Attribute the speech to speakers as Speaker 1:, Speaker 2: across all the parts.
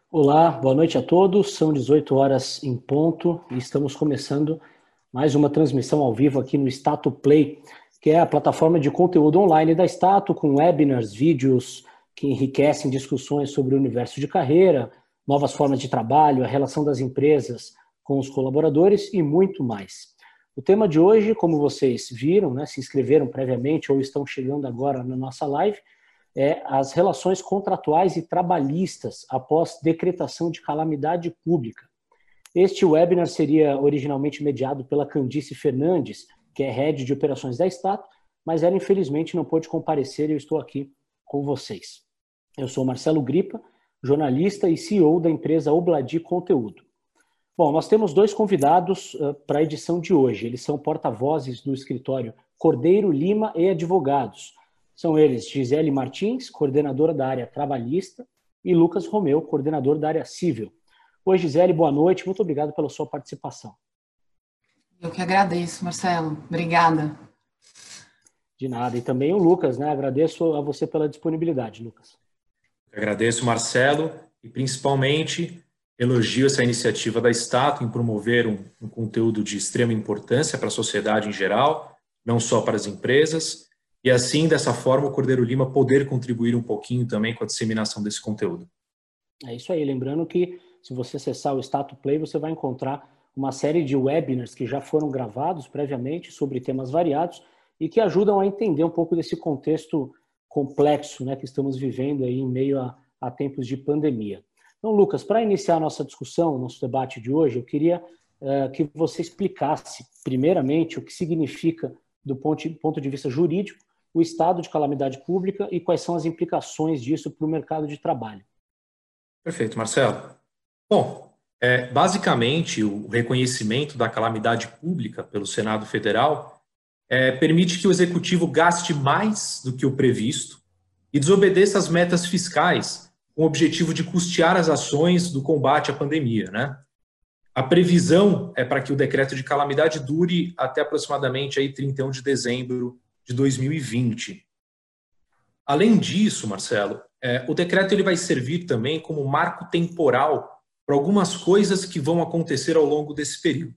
Speaker 1: Olá, boa noite a todos. São 18 horas em ponto e estamos começando mais uma transmissão ao vivo aqui no Stato Play, que é a plataforma de conteúdo online da Stato, com webinars, vídeos que enriquecem discussões sobre o universo de carreira, novas formas de trabalho, a relação das empresas com os colaboradores e muito mais. O tema de hoje, como vocês viram, se inscreveram previamente ou estão chegando agora na nossa live, as relações contratuais e trabalhistas após decretação de calamidade pública. Este webinar seria originalmente mediado pela Candice Fernandes, que é head de operações da Stato, mas ela infelizmente não pôde comparecer e eu estou aqui com vocês. Eu sou Marcelo Gripa, jornalista e CEO da empresa Obladi Conteúdo. Bom, nós temos dois convidados para a edição de hoje. Eles são porta-vozes do escritório Cordeiro, Lima e Advogados. São eles Gisele Martins, coordenadora da área trabalhista, e Lucas Romeu, coordenador da área civil. Oi, Gisele, boa noite. Muito obrigado pela sua participação.
Speaker 2: Eu que agradeço, Marcelo. Obrigada.
Speaker 1: De nada. E também o Lucas, Agradeço a você pela disponibilidade, Lucas.
Speaker 3: Eu agradeço, Marcelo, e principalmente elogio essa iniciativa da Stato em promover um conteúdo de extrema importância para a sociedade em geral, não só para as empresas, e assim, dessa forma, o Cordeiro Lima poder contribuir um pouquinho também com a disseminação desse conteúdo.
Speaker 1: É isso aí. Lembrando que, se você acessar o Stato Play, você vai encontrar uma série de webinars que já foram gravados previamente sobre temas variados e que ajudam a entender um pouco desse contexto complexo que estamos vivendo aí em meio a tempos de pandemia. Então, Lucas, para iniciar a nossa discussão, nosso debate de hoje, eu queria que você explicasse, primeiramente, o que significa, do ponto de vista jurídico, o estado de calamidade pública e quais são as implicações disso para o mercado de trabalho.
Speaker 3: Perfeito, Marcelo. Bom, basicamente, o reconhecimento da calamidade pública pelo Senado Federal permite que o Executivo gaste mais do que o previsto e desobedeça as metas fiscais com o objetivo de custear as ações do combate à pandemia, A previsão é para que o decreto de calamidade dure até aproximadamente 31 de dezembro de 2020. Além disso, Marcelo, o decreto ele vai servir também como marco temporal para algumas coisas que vão acontecer ao longo desse período.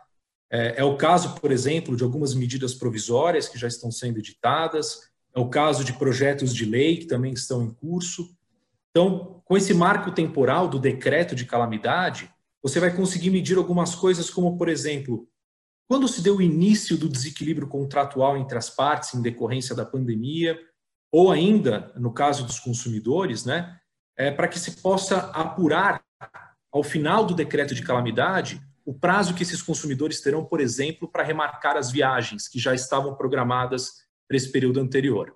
Speaker 3: É o caso, por exemplo, de algumas medidas provisórias que já estão sendo editadas, é o caso de projetos de lei que também estão em curso. Então, com esse marco temporal do decreto de calamidade, você vai conseguir medir algumas coisas como, por exemplo, quando se deu o início do desequilíbrio contratual entre as partes em decorrência da pandemia, ou ainda, no caso dos consumidores, para que se possa apurar, ao final do decreto de calamidade, o prazo que esses consumidores terão, por exemplo, para remarcar as viagens que já estavam programadas para esse período anterior.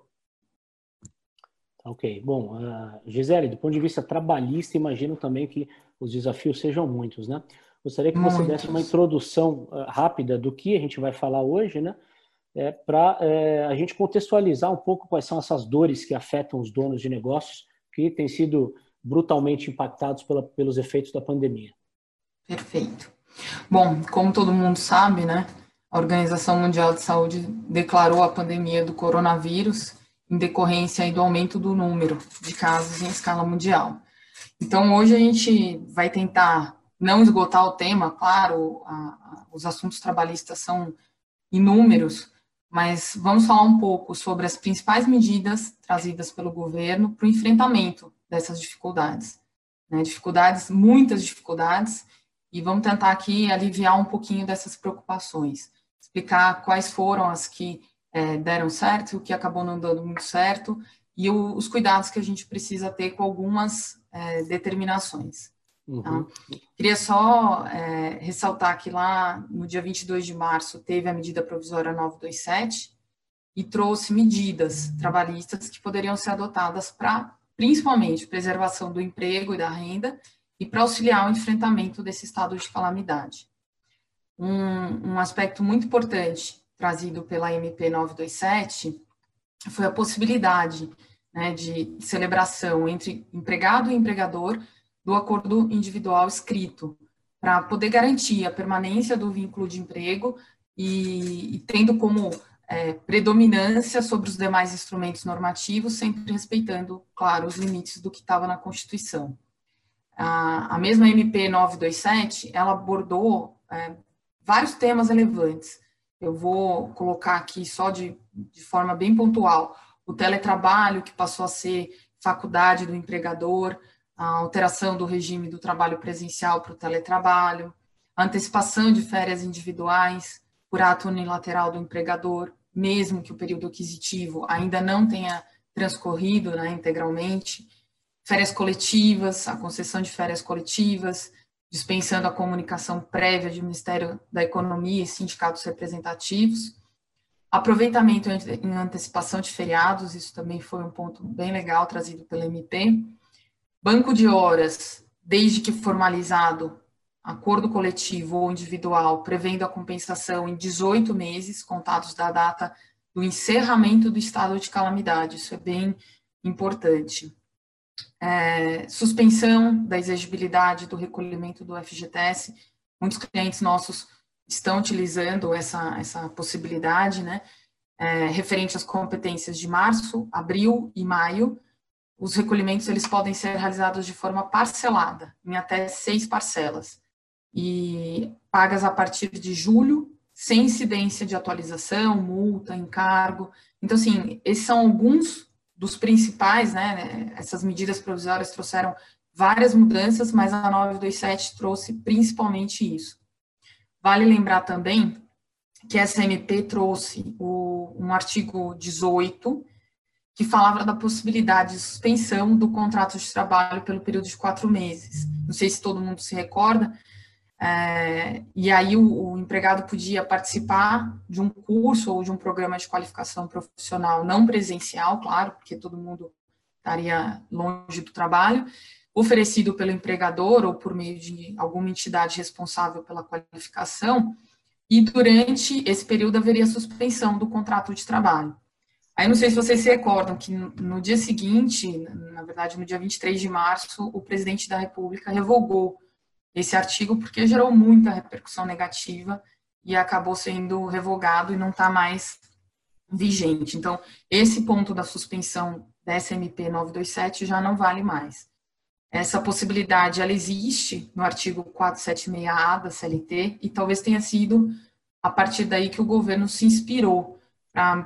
Speaker 1: Ok. Bom, Gisele, do ponto de vista trabalhista, imagino também que os desafios sejam muitos, Gostaria que você desse uma introdução rápida do que a gente vai falar hoje, para a gente contextualizar um pouco quais são essas dores que afetam os donos de negócios que têm sido brutalmente impactados pelos efeitos da pandemia.
Speaker 2: Perfeito. Bom, como todo mundo sabe, a Organização Mundial de Saúde declarou a pandemia do coronavírus em decorrência do aumento do número de casos em escala mundial. Então, hoje a gente vai tentar não esgotar o tema, claro, os assuntos trabalhistas são inúmeros, mas vamos falar um pouco sobre as principais medidas trazidas pelo governo para o enfrentamento dessas dificuldades. Muitas dificuldades, e vamos tentar aqui aliviar um pouquinho dessas preocupações, explicar quais foram as que deram certo, o que acabou não dando muito certo, e os cuidados que a gente precisa ter com algumas determinações.
Speaker 1: Uhum.
Speaker 2: Queria só ressaltar que lá no dia 22 de março teve a medida provisória 927 e trouxe medidas trabalhistas que poderiam ser adotadas para, principalmente, preservação do emprego e da renda e para auxiliar o enfrentamento desse estado de calamidade. Um aspecto muito importante trazido pela MP 927 foi a possibilidade de celebração entre empregado e empregador do acordo individual escrito, para poder garantir a permanência do vínculo de emprego e tendo como predominância sobre os demais instrumentos normativos, sempre respeitando, claro, os limites do que estava na Constituição. A mesma MP 927, ela abordou vários temas relevantes. Eu vou colocar aqui só de forma bem pontual o teletrabalho, que passou a ser faculdade do empregador, a alteração do regime do trabalho presencial para o teletrabalho, a antecipação de férias individuais por ato unilateral do empregador, mesmo que o período aquisitivo ainda não tenha transcorrido, né, integralmente, férias coletivas, a concessão de férias coletivas, dispensando a comunicação prévia de Ministério da Economia e sindicatos representativos, aproveitamento em antecipação de feriados, isso também foi um ponto bem legal trazido pela MP, banco de horas, desde que formalizado acordo coletivo ou individual, prevendo a compensação em 18 meses, contados da data do encerramento do estado de calamidade, isso é bem importante. Suspensão da exigibilidade do recolhimento do FGTS, muitos clientes nossos estão utilizando essa possibilidade, né, referente às competências de março, abril e maio. Os recolhimentos eles podem ser realizados de forma parcelada, em até 6 parcelas, e pagas a partir de julho, sem incidência de atualização, multa, encargo. Então, assim, esses são alguns dos principais, né, essas medidas provisórias trouxeram várias mudanças, mas a 927 trouxe principalmente isso. Vale lembrar também que essa MP trouxe um artigo 18, que falava da possibilidade de suspensão do contrato de trabalho pelo período de 4 meses. Não sei se todo mundo se recorda, e aí o empregado podia participar de um curso ou de um programa de qualificação profissional não presencial, claro, porque todo mundo estaria longe do trabalho, oferecido pelo empregador ou por meio de alguma entidade responsável pela qualificação, e durante esse período haveria suspensão do contrato de trabalho. Aí não sei se vocês se recordam que no dia seguinte, na verdade no dia 23 de março, o presidente da República revogou esse artigo porque gerou muita repercussão negativa e acabou sendo revogado e não está mais vigente. Então, esse ponto da suspensão dessa MP 927 já não vale mais. Essa possibilidade, ela existe no artigo 476A da CLT e talvez tenha sido a partir daí que o governo se inspirou para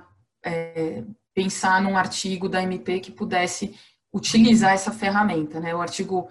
Speaker 2: pensar num artigo da MP que pudesse utilizar essa ferramenta, né? O artigo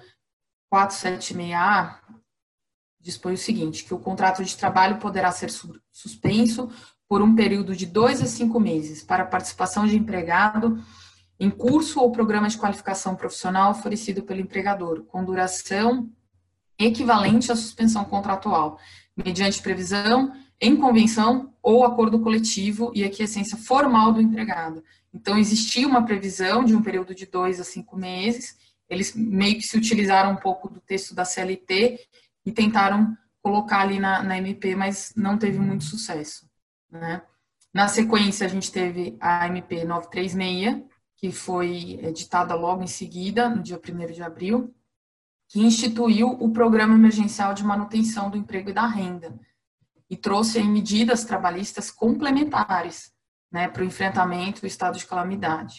Speaker 2: 476A dispõe o seguinte, que o contrato de trabalho poderá ser suspenso por um período de 2 a 5 meses para participação de empregado em curso ou programa de qualificação profissional oferecido pelo empregador, com duração equivalente à suspensão contratual, mediante previsão em convenção ou acordo coletivo, e aqui a essência formal do empregado. Então, existia uma previsão de um período de 2 a 5 meses, eles meio que se utilizaram um pouco do texto da CLT e tentaram colocar ali na MP, mas não teve muito sucesso, né? Na sequência, a gente teve a MP 936, que foi editada logo em seguida, no dia 1º de abril, que instituiu o Programa Emergencial de Manutenção do Emprego e da Renda, e trouxe aí medidas trabalhistas complementares, né, para o enfrentamento do estado de calamidade.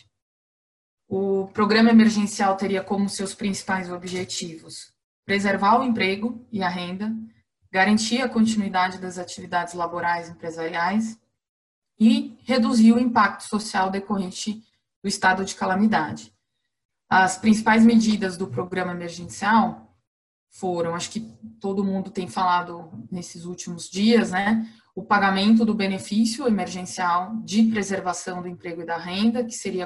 Speaker 2: O programa emergencial teria como seus principais objetivos preservar o emprego e a renda, garantir a continuidade das atividades laborais e empresariais e reduzir o impacto social decorrente do estado de calamidade. As principais medidas do programa emergencial foram, acho que todo mundo tem falado nesses últimos dias, né, o pagamento do benefício emergencial de preservação do emprego e da renda, que será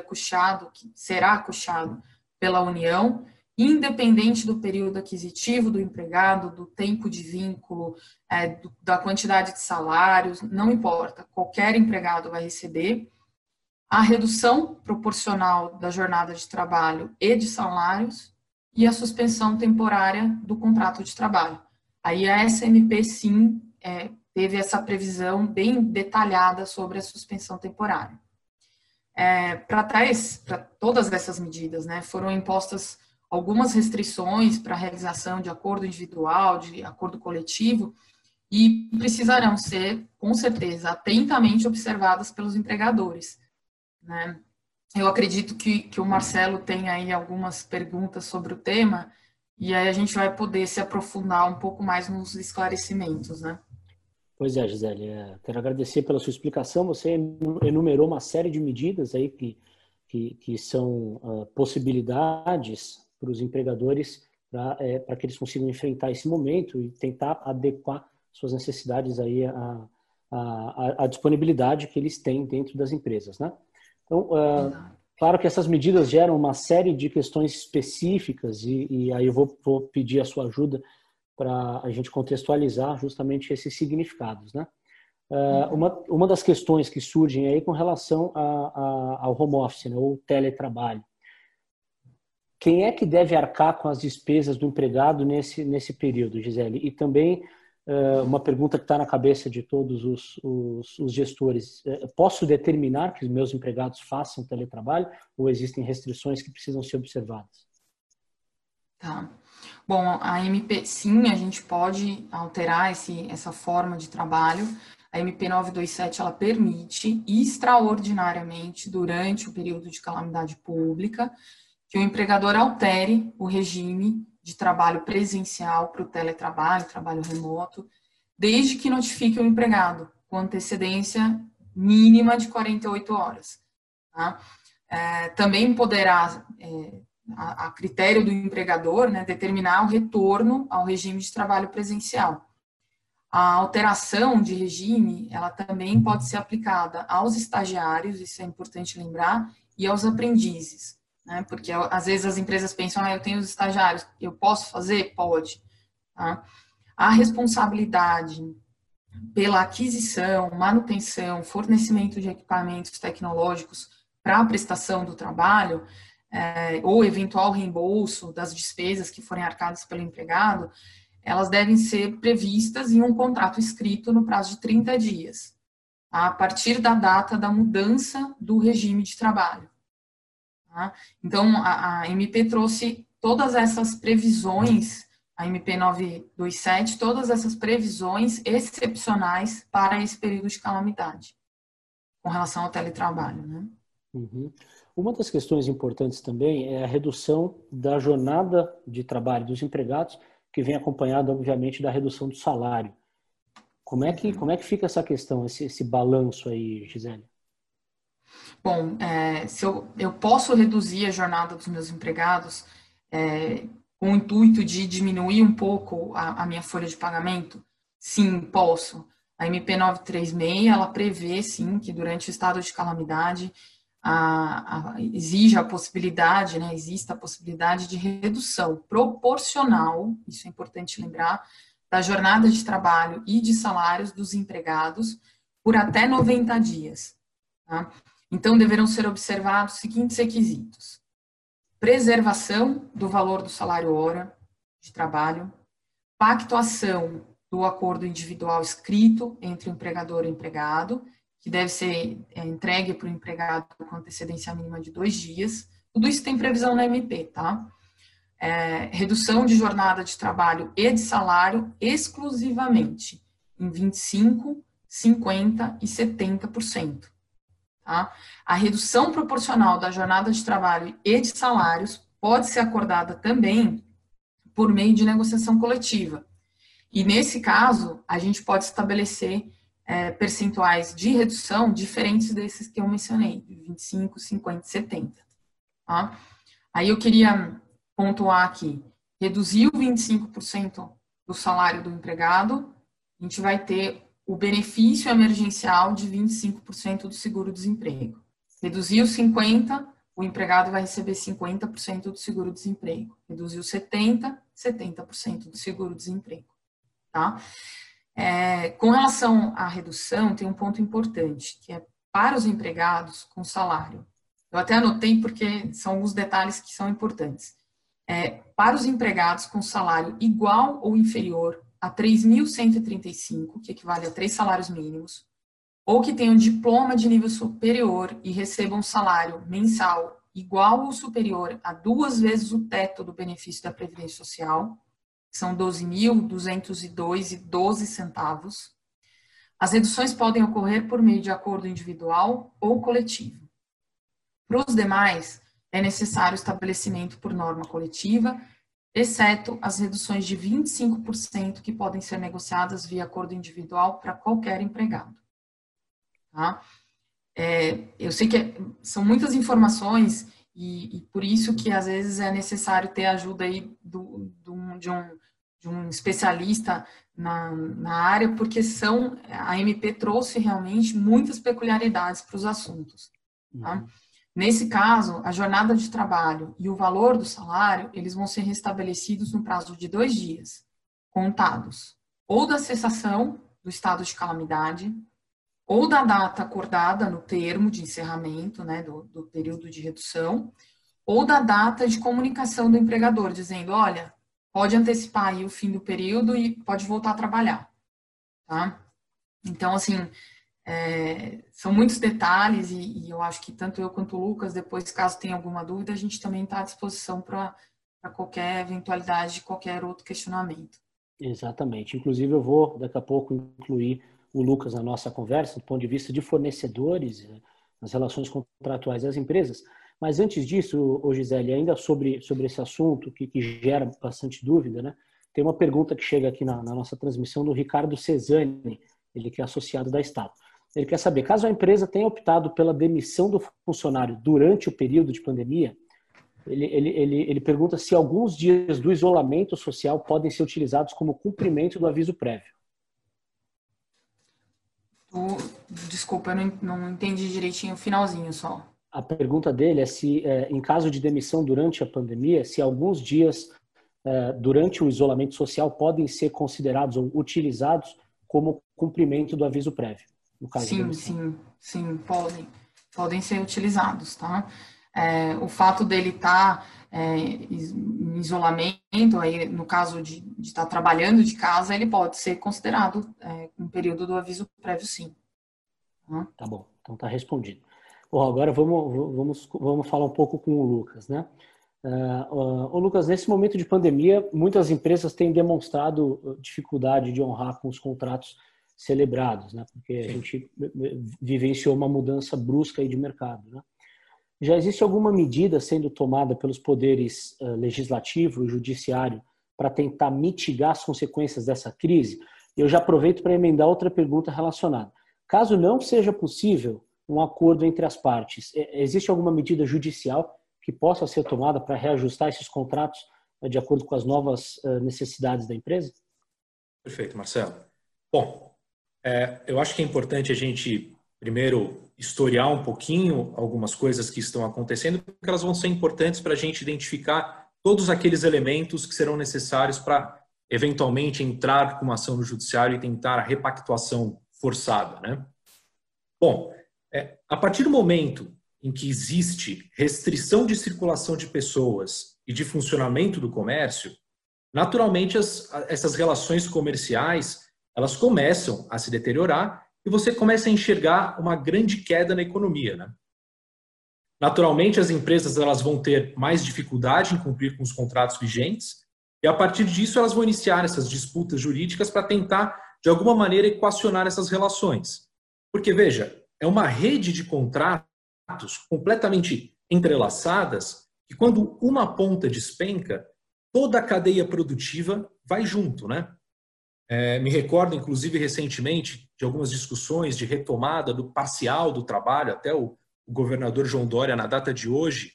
Speaker 2: custeado pela União, independente do período aquisitivo do empregado, do tempo de vínculo, da quantidade de salários, não importa, qualquer empregado vai receber. A redução proporcional da jornada de trabalho e de salários e a suspensão temporária do contrato de trabalho. Aí a SMP, sim, teve essa previsão bem detalhada sobre a suspensão temporária. Para todas essas medidas, né, foram impostas algumas restrições para a realização de acordo individual, de acordo coletivo, e precisarão ser, com certeza, atentamente observadas pelos empregadores, né? Eu acredito que o Marcelo tem aí algumas perguntas sobre o tema, e aí a gente vai poder se aprofundar um pouco mais nos esclarecimentos, né?
Speaker 1: Pois é, Gisele, quero agradecer pela sua explicação. Você enumerou uma série de medidas aí que são possibilidades para os empregadores para que eles consigam enfrentar esse momento e tentar adequar suas necessidades aí à disponibilidade que eles têm dentro das empresas, né? Então, claro que essas medidas geram uma série de questões específicas e aí eu vou pedir a sua ajuda para a gente contextualizar justamente esses significados, né? Uma das questões que surgem aí com relação ao home office, né, ou teletrabalho. Quem é que deve arcar com as despesas do empregado nesse período, Gisele? E também uma pergunta que está na cabeça de todos os gestores. Posso determinar que os meus empregados façam teletrabalho ou existem restrições que precisam ser observadas?
Speaker 2: Tá. Bom, a MP, sim, a gente pode alterar essa forma de trabalho. A MP 927, ela permite, extraordinariamente, durante o período de calamidade pública, que o empregador altere o regime de trabalho presencial para o teletrabalho, trabalho remoto, desde que notifique o empregado, com antecedência mínima de 48 horas. Tá? Também poderá, a critério do empregador, né, determinar o retorno ao regime de trabalho presencial. A alteração de regime, ela também pode ser aplicada aos estagiários, isso é importante lembrar, e aos aprendizes, né, porque às vezes as empresas pensam, eu tenho os estagiários, eu posso fazer? Pode. Tá? A responsabilidade pela aquisição, manutenção, fornecimento de equipamentos tecnológicos para a prestação do trabalho, ou eventual reembolso das despesas que forem arcadas pelo empregado, elas devem ser previstas em um contrato escrito no prazo de 30 dias, a partir da data da mudança do regime de trabalho. Tá? Então, a MP trouxe todas essas previsões, a MP 927, todas essas previsões excepcionais para esse período de calamidade, com relação ao teletrabalho, né?
Speaker 1: Uhum. Uma das questões importantes também é a redução da jornada de trabalho dos empregados, que vem acompanhada, obviamente, da redução do salário. Como é que fica essa questão, esse balanço aí, Gisele?
Speaker 2: Bom, se eu posso reduzir a jornada dos meus empregados com o intuito de diminuir um pouco a minha folha de pagamento? Sim, posso. A MP 936, ela prevê, sim, que durante o estado de calamidade existe a possibilidade de redução proporcional, isso é importante lembrar, da jornada de trabalho e de salários dos empregados por até 90 dias. Tá? Então, deverão ser observados os seguintes requisitos: preservação do valor do salário hora de trabalho, pactuação do acordo individual escrito entre o empregador e o empregado, que deve ser entregue para o empregado com antecedência mínima de 2 dias. Tudo isso tem previsão na MP, tá? Redução de jornada de trabalho e de salário exclusivamente em 25%, 50% e 70%. Tá? A redução proporcional da jornada de trabalho e de salários pode ser acordada também por meio de negociação coletiva. E, nesse caso, a gente pode estabelecer percentuais de redução diferentes desses que eu mencionei, de 25%, 50% e 70%. Tá? Aí eu queria pontuar aqui, reduziu 25% do salário do empregado, a gente vai ter o benefício emergencial de 25% do seguro-desemprego. Reduziu 50%, o empregado vai receber 50% do seguro-desemprego. Reduziu 70%, 70% do seguro-desemprego. Tá? Com relação à redução, tem um ponto importante, que é para os empregados com salário. Eu até anotei porque são alguns detalhes que são importantes. Para os empregados com salário igual ou inferior a 3.135, que equivale a 3 salários mínimos, ou que tenham diploma de nível superior e recebam um salário mensal igual ou superior a 2 vezes o teto do benefício da Previdência Social, que são 12.202,12 centavos. As reduções podem ocorrer por meio de acordo individual ou coletivo. Para os demais, é necessário estabelecimento por norma coletiva exceto as reduções de 25% que podem ser negociadas via acordo individual para qualquer empregado. Tá? Eu sei que são muitas informações e por isso que às vezes é necessário ter a ajuda aí de um especialista na área, porque a MP trouxe realmente muitas peculiaridades para os assuntos. Tá? Nesse caso, a jornada de trabalho e o valor do salário, eles vão ser restabelecidos no prazo de 2 dias, contados, ou da cessação do estado de calamidade, ou da data acordada no termo de encerramento, né, do período de redução, ou da data de comunicação do empregador, dizendo, olha, pode antecipar aí o fim do período e pode voltar a trabalhar. Tá? Então, assim, são muitos detalhes e eu acho que tanto eu quanto o Lucas, depois, caso tenha alguma dúvida, a gente também está à disposição para qualquer eventualidade, qualquer outro questionamento.
Speaker 1: Exatamente. Inclusive, eu vou, daqui a pouco, incluir o Lucas na nossa conversa, do ponto de vista de fornecedores, nas relações contratuais das empresas. Mas antes disso, Gisele, ainda sobre esse assunto que gera bastante dúvida, né? Tem uma pergunta que chega aqui na nossa transmissão do Ricardo Cesani, ele que é associado da Estado. Ele quer saber, caso a empresa tenha optado pela demissão do funcionário durante o período de pandemia, ele pergunta se alguns dias do isolamento social podem ser utilizados como cumprimento do aviso prévio.
Speaker 2: Desculpa, eu não entendi direitinho o finalzinho só.
Speaker 1: A pergunta dele é se, em caso de demissão durante a pandemia, se alguns dias durante o isolamento social podem ser considerados ou utilizados como cumprimento do aviso prévio. No caso
Speaker 2: sim, podem ser utilizados, tá? O fato dele estar em isolamento, aí, no caso de estar trabalhando de casa, ele pode ser considerado um período do aviso prévio, sim.
Speaker 1: Tá bom, então tá respondido. Bom, agora vamos falar um pouco com o Lucas, né? Lucas, nesse momento de pandemia, muitas empresas têm demonstrado dificuldade de honrar com os contratos celebrados, né? Porque a gente vivenciou uma mudança brusca aí de mercado, né? Já existe alguma medida sendo tomada pelos poderes legislativo e judiciário para tentar mitigar as consequências dessa crise? Eu já aproveito para emendar outra pergunta relacionada. Caso não seja possível um acordo entre as partes, existe alguma medida judicial que possa ser tomada para reajustar esses contratos de acordo com as novas necessidades da empresa?
Speaker 3: Perfeito, Marcelo. Bom, eu acho que é importante a gente, primeiro, historiar um pouquinho algumas coisas que estão acontecendo, porque elas vão ser importantes para a gente identificar todos aqueles elementos que serão necessários para, eventualmente, entrar com uma ação no judiciário e tentar a repactuação forçada, né? Bom, a partir do momento em que existe restrição de circulação de pessoas e de funcionamento do comércio, naturalmente essas relações comerciais elas começam a se deteriorar e você começa a enxergar uma grande queda na economia, né? Naturalmente, as empresas elas vão ter mais dificuldade em cumprir com os contratos vigentes e, a partir disso, elas vão iniciar essas disputas jurídicas para tentar, de alguma maneira, equacionar essas relações. Porque, veja, é uma rede de contratos completamente entrelaçadas que, quando uma ponta despenca, toda a cadeia produtiva vai junto, né? Me recordo, inclusive, recentemente, de algumas discussões de retomada do parcial do trabalho, até o governador João Dória, na data de hoje,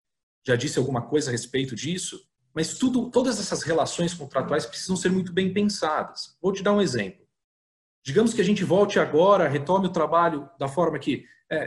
Speaker 3: já disse alguma coisa a respeito disso, mas todas essas relações contratuais precisam ser muito bem pensadas. Vou te dar um exemplo. Digamos que a gente volte agora, retome o trabalho da forma que,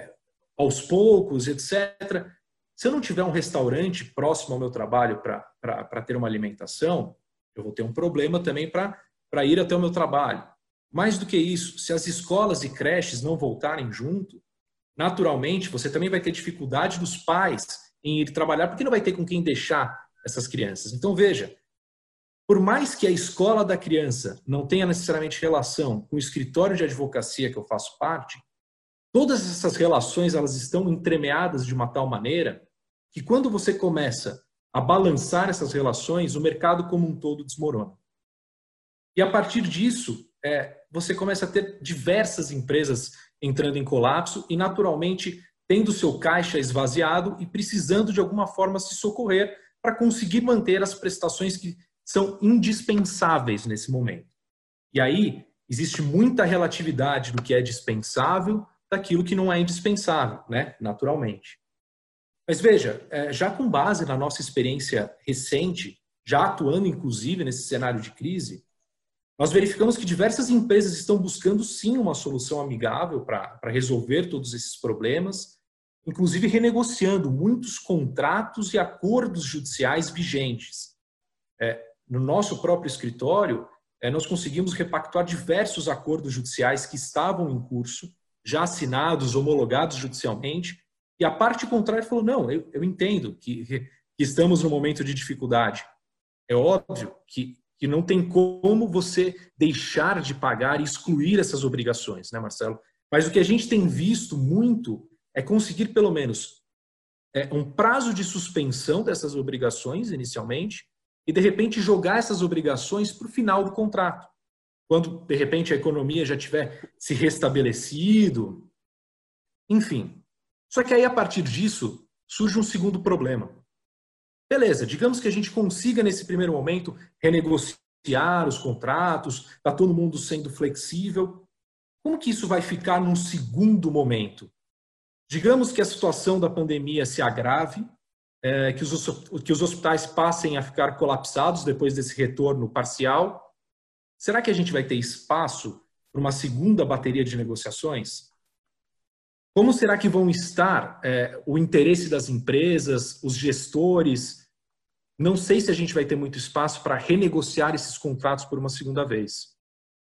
Speaker 3: aos poucos, etc. Se eu não tiver um restaurante próximo ao meu trabalho para ter uma alimentação, eu vou ter um problema também para ir até o meu trabalho. Mais do que isso, se as escolas e creches não voltarem junto, naturalmente você também vai ter dificuldade dos pais em ir trabalhar, porque não vai ter com quem deixar essas crianças. Então, veja, por mais que a escola da criança não tenha necessariamente relação com o escritório de advocacia que eu faço parte, todas essas relações elas estão entremeadas de uma tal maneira que quando você começa a balançar essas relações, o mercado como um todo desmorona. E a partir disso, você começa a ter diversas empresas entrando em colapso e, naturalmente, tendo seu caixa esvaziado e precisando, de alguma forma, se socorrer para conseguir manter as prestações que são indispensáveis nesse momento. E aí existe muita relatividade do que é dispensável daquilo que não é indispensável, né? Naturalmente. Mas veja, já com base na nossa experiência recente, já atuando inclusive nesse cenário de crise, nós verificamos que diversas empresas estão buscando sim uma solução amigável para resolver todos esses problemas, inclusive renegociando muitos contratos e acordos judiciais vigentes. No nosso próprio escritório, nós conseguimos repactuar diversos acordos judiciais que estavam em curso, já assinados, homologados judicialmente, e a parte contrária falou, não, eu entendo que estamos num momento de dificuldade. É óbvio que não tem como você deixar de pagar e excluir essas obrigações, né, Marcelo? Mas o que a gente tem visto muito é conseguir, pelo menos, um prazo de suspensão dessas obrigações, inicialmente, e, de repente, jogar essas obrigações para o final do contrato. Quando, de repente, a economia já tiver se restabelecido. Enfim. Só que aí, a partir disso, surge um segundo problema. Beleza, digamos que a gente consiga, nesse primeiro momento, renegociar os contratos, está todo mundo sendo flexível. Como que isso vai ficar num segundo momento? Digamos que a situação da pandemia se agrave, que os hospitais passem a ficar colapsados depois desse retorno parcial. Será que a gente vai ter espaço para uma segunda bateria de negociações? Como será que vão estar o interesse das empresas, os gestores? Não sei se a gente vai ter muito espaço para renegociar esses contratos por uma segunda vez.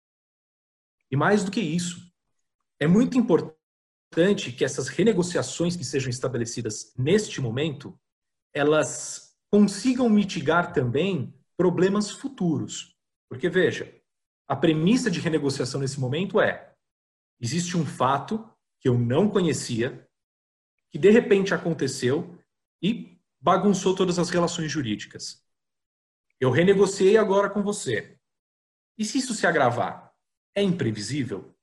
Speaker 3: E mais do que isso, é muito importante que essas renegociações que sejam estabelecidas neste momento, elas consigam mitigar também problemas futuros. Porque, veja, a premissa de renegociação nesse momento existe um fato que eu não conhecia, que de repente aconteceu e bagunçou todas as relações jurídicas. Eu renegociei agora com você. E se isso se agravar? É imprevisível?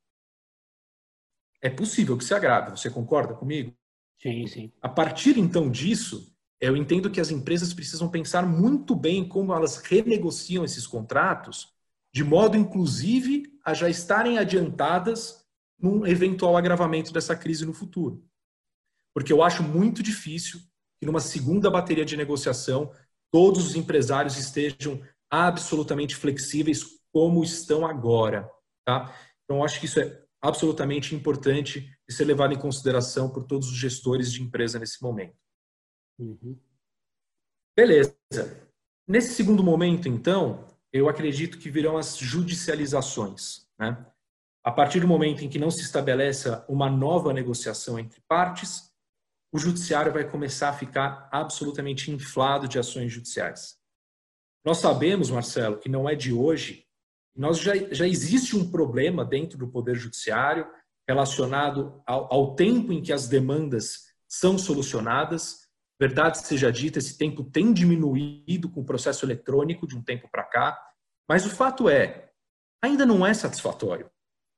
Speaker 3: É possível que se agrave, você concorda comigo?
Speaker 1: Sim, sim.
Speaker 3: A partir então disso, eu entendo que as empresas precisam pensar muito bem como elas renegociam esses contratos, de modo, inclusive, a já estarem adiantadas num eventual agravamento dessa crise no futuro. Porque eu acho muito difícil que numa segunda bateria de negociação todos os empresários estejam absolutamente flexíveis como estão agora. Tá? Então, eu acho que isso é absolutamente importante de ser levado em consideração por todos os gestores de empresa nesse momento.
Speaker 1: Uhum.
Speaker 3: Beleza. Nesse segundo momento, então, eu acredito que virão as judicializações, né? A partir do momento em que não se estabeleça uma nova negociação entre partes, o judiciário vai começar a ficar absolutamente inflado de ações judiciais. Nós sabemos, Marcelo, que não é de hoje, já existe um problema dentro do Poder Judiciário relacionado ao tempo em que as demandas são solucionadas. Verdade seja dita, esse tempo tem diminuído com o processo eletrônico de um tempo para cá, mas o fato ainda não é satisfatório.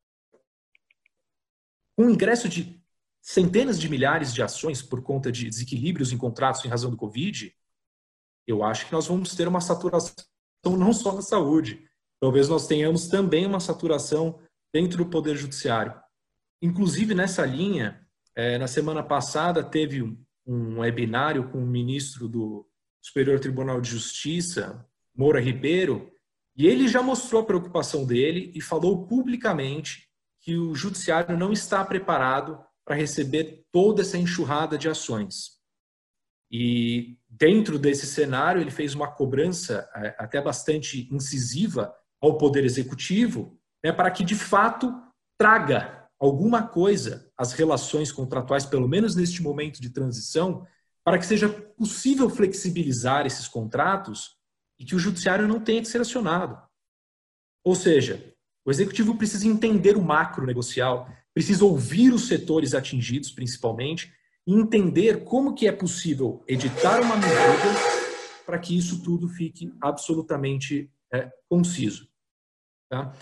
Speaker 3: Com o ingresso de centenas de milhares de ações por conta de desequilíbrios em contratos em razão do Covid, eu acho que nós vamos ter uma saturação não só na saúde, talvez nós tenhamos também uma saturação dentro do Poder Judiciário. Inclusive, nessa linha, na semana passada teve um webinário com o ministro do Superior Tribunal de Justiça, Moura Ribeiro, e ele já mostrou a preocupação dele e falou publicamente que o Judiciário não está preparado para receber toda essa enxurrada de ações. E dentro desse cenário, ele fez uma cobrança até bastante incisiva ao Poder Executivo, né, para que, de fato, traga alguma coisa às relações contratuais, pelo menos neste momento de transição, para que seja possível flexibilizar esses contratos e que o Judiciário não tenha que ser acionado. Ou seja, o Executivo precisa entender o macro negocial, precisa ouvir os setores atingidos, principalmente, e entender como que é possível editar uma medida para que isso tudo fique absolutamente conciso. Tá?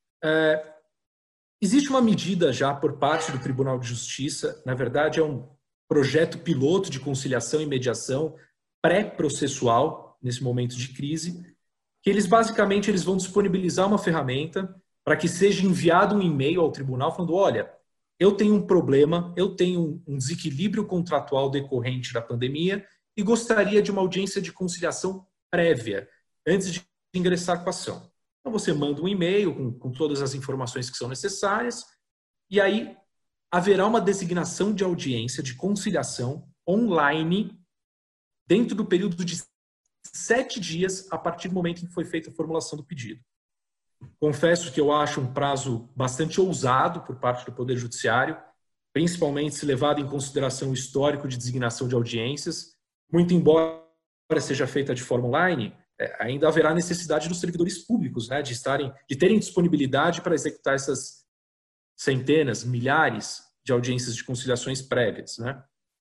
Speaker 3: Existe uma medida já por parte do Tribunal de Justiça, na verdade é um projeto piloto de conciliação e mediação pré-processual, nesse momento de crise, que eles basicamente vão disponibilizar uma ferramenta para que seja enviado um e-mail ao tribunal falando, olha, eu tenho um problema, eu tenho um desequilíbrio contratual decorrente da pandemia e gostaria de uma audiência de conciliação prévia, antes de ingressar com a ação. Então você manda um e-mail com todas as informações que são necessárias e aí haverá uma designação de audiência de conciliação online dentro do período de 7 dias a partir do momento em que foi feita a formulação do pedido. Confesso que eu acho um prazo bastante ousado por parte do Poder Judiciário, principalmente se levado em consideração o histórico de designação de audiências. Muito embora seja feita de forma online, ainda haverá necessidade dos servidores públicos, né, de terem disponibilidade para executar essas centenas, milhares de audiências de conciliações prévias, né?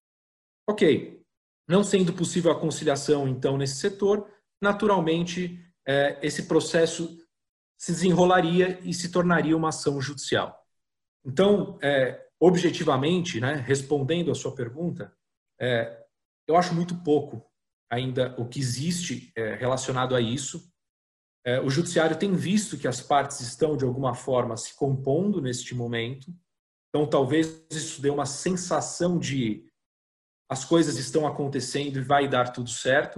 Speaker 3: Ok. Não sendo possível a conciliação, então, nesse setor, naturalmente, esse processo se desenrolaria e se tornaria uma ação judicial. Então, objetivamente, né, respondendo à sua pergunta, eu acho muito pouco ainda o que existe relacionado a isso. O judiciário tem visto que as partes estão, de alguma forma, se compondo neste momento. Então, talvez isso dê uma sensação de as coisas estão acontecendo e vai dar tudo certo,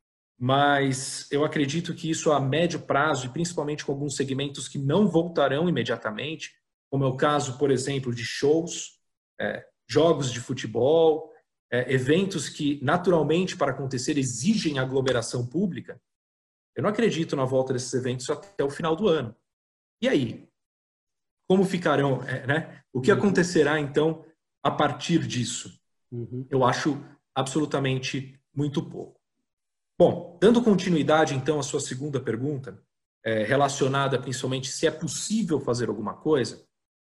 Speaker 3: mas eu acredito que isso a médio prazo, e principalmente com alguns segmentos que não voltarão imediatamente, como é o caso, por exemplo, de shows, jogos de futebol, eventos que, naturalmente, para acontecer, exigem aglomeração pública, eu não acredito na volta desses eventos até o final do ano. E aí? Como ficarão, né? O que acontecerá, então, a partir disso? Eu acho absolutamente muito pouco. Bom, dando continuidade, então, à sua segunda pergunta, relacionada principalmente se é possível fazer alguma coisa,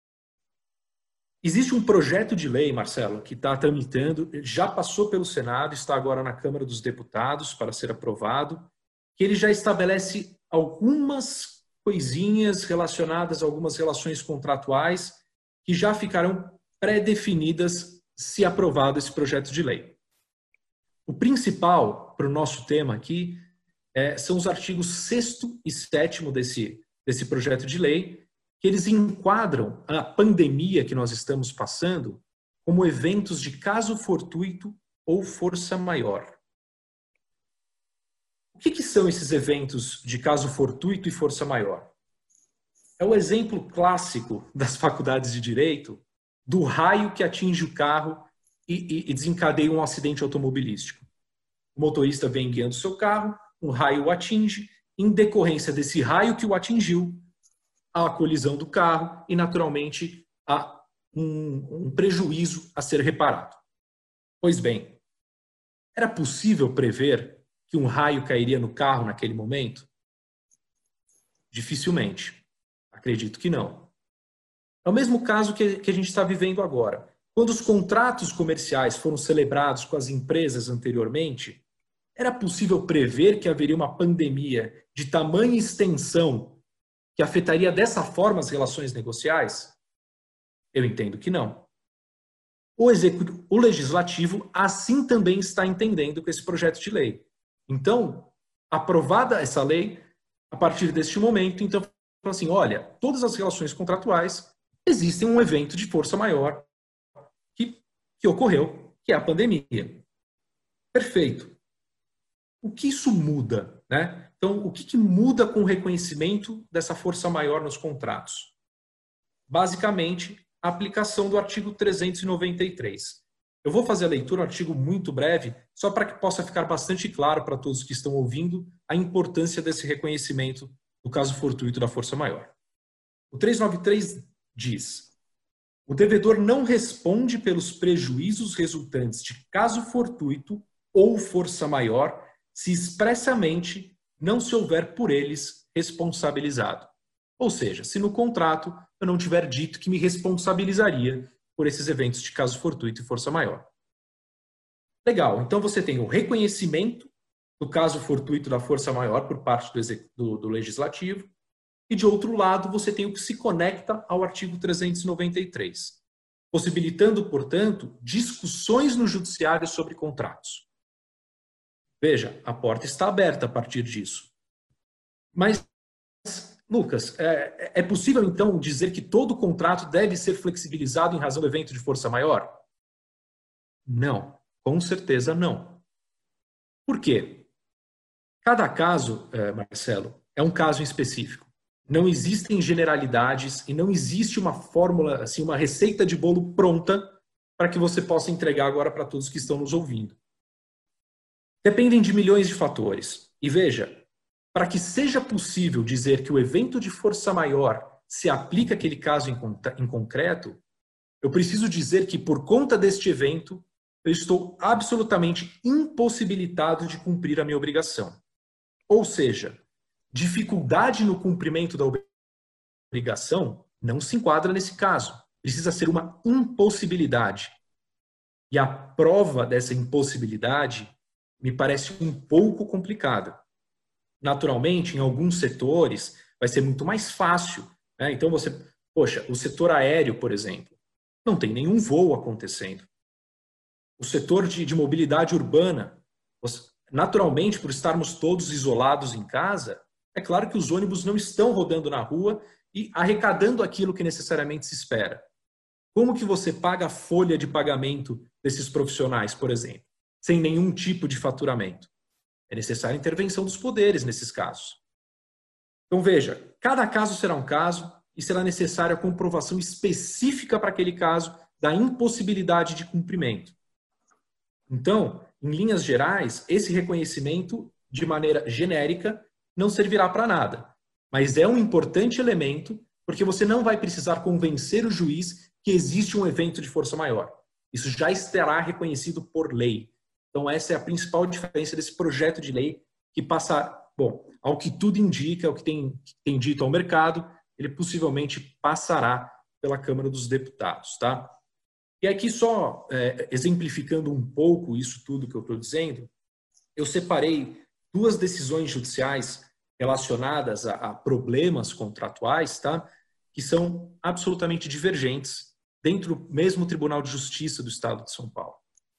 Speaker 3: existe um projeto de lei, Marcelo, que está tramitando, já passou pelo Senado, está agora na Câmara dos Deputados para ser aprovado, que ele já estabelece algumas coisinhas relacionadas a algumas relações contratuais que já ficarão pré-definidas se aprovado esse projeto de lei. O principal para o nosso tema aqui são os artigos 6º e 7º desse projeto de lei, que eles enquadram a pandemia que nós estamos passando como eventos de caso fortuito ou força maior. O que são esses eventos de caso fortuito e força maior? É o exemplo clássico das faculdades de direito do raio que atinge o carro e desencadeia um acidente automobilístico. O motorista vem guiando seu carro, um raio o atinge, em decorrência desse raio que o atingiu, há a colisão do carro e, naturalmente, há um prejuízo a ser reparado. Pois bem, era possível prever que um raio cairia no carro naquele momento? Dificilmente. Acredito que não. É o mesmo caso que a gente está vivendo agora. Quando os contratos comerciais foram celebrados com as empresas anteriormente, era possível prever que haveria uma pandemia de tamanha extensão que afetaria dessa forma as relações negociais? Eu entendo que não. O Legislativo assim também está entendendo com esse projeto de lei. Então, aprovada essa lei, a partir deste momento, então, assim, olha, todas as relações contratuais existe um evento de força maior que ocorreu, que é a pandemia. Perfeito. O que isso muda, né? Então, o que muda com o reconhecimento dessa força maior nos contratos? Basicamente, a aplicação do artigo 393. Eu vou fazer a leitura, um artigo muito breve, só para que possa ficar bastante claro para todos que estão ouvindo a importância desse reconhecimento do caso fortuito da força maior. O 393 diz: o devedor não responde pelos prejuízos resultantes de caso fortuito ou força maior se expressamente não se houver por eles responsabilizado. Ou seja, se no contrato eu não tiver dito que me responsabilizaria por esses eventos de caso fortuito e força maior. Legal, então você tem o reconhecimento do caso fortuito da força maior por parte do Legislativo, e, de outro lado, você tem o que se conecta ao artigo 393, possibilitando, portanto, discussões no judiciário sobre contratos. Veja, a porta está aberta a partir disso. Mas, Lucas, é possível então dizer que todo contrato deve ser flexibilizado em razão do evento de força maior? Não, com certeza não. Por quê? Cada caso, Marcelo, é um caso em específico. Não existem generalidades e não existe uma fórmula, assim, uma receita de bolo pronta para que você possa entregar agora para todos que estão nos ouvindo. Dependem de milhões de fatores. E veja, para que seja possível dizer que o evento de força maior se aplica àquele caso em concreto, eu preciso dizer que, por conta deste evento, eu estou absolutamente impossibilitado de cumprir a minha obrigação. Ou seja, dificuldade no cumprimento da obrigação não se enquadra nesse caso. Precisa ser uma impossibilidade. E a prova dessa impossibilidade me parece um pouco complicada. Naturalmente, em alguns setores, vai ser muito mais fácil, né? Então, poxa, o setor aéreo, por exemplo, não tem nenhum voo acontecendo. O setor de mobilidade urbana, naturalmente, por estarmos todos isolados em casa, é claro que os ônibus não estão rodando na rua e arrecadando aquilo que necessariamente se espera. Como que você paga a folha de pagamento desses profissionais, por exemplo, sem nenhum tipo de faturamento? É necessária a intervenção dos poderes nesses casos. Então, veja, cada caso será um caso e será necessária a comprovação específica para aquele caso da impossibilidade de cumprimento. Então, em linhas gerais, esse reconhecimento, de maneira genérica, não servirá para nada. Mas é um importante elemento, porque você não vai precisar convencer o juiz que existe um evento de força maior. Isso já estará reconhecido por lei. Então, essa é a principal diferença desse projeto de lei que passa, bom, ao que tudo indica, ao que tem dito ao mercado, ele possivelmente passará pela Câmara dos Deputados, tá? E aqui só exemplificando um pouco isso tudo que eu estou dizendo, eu separei duas decisões judiciais relacionadas a problemas contratuais, tá? Que são absolutamente divergentes dentro do mesmo Tribunal de Justiça do Estado de São Paulo.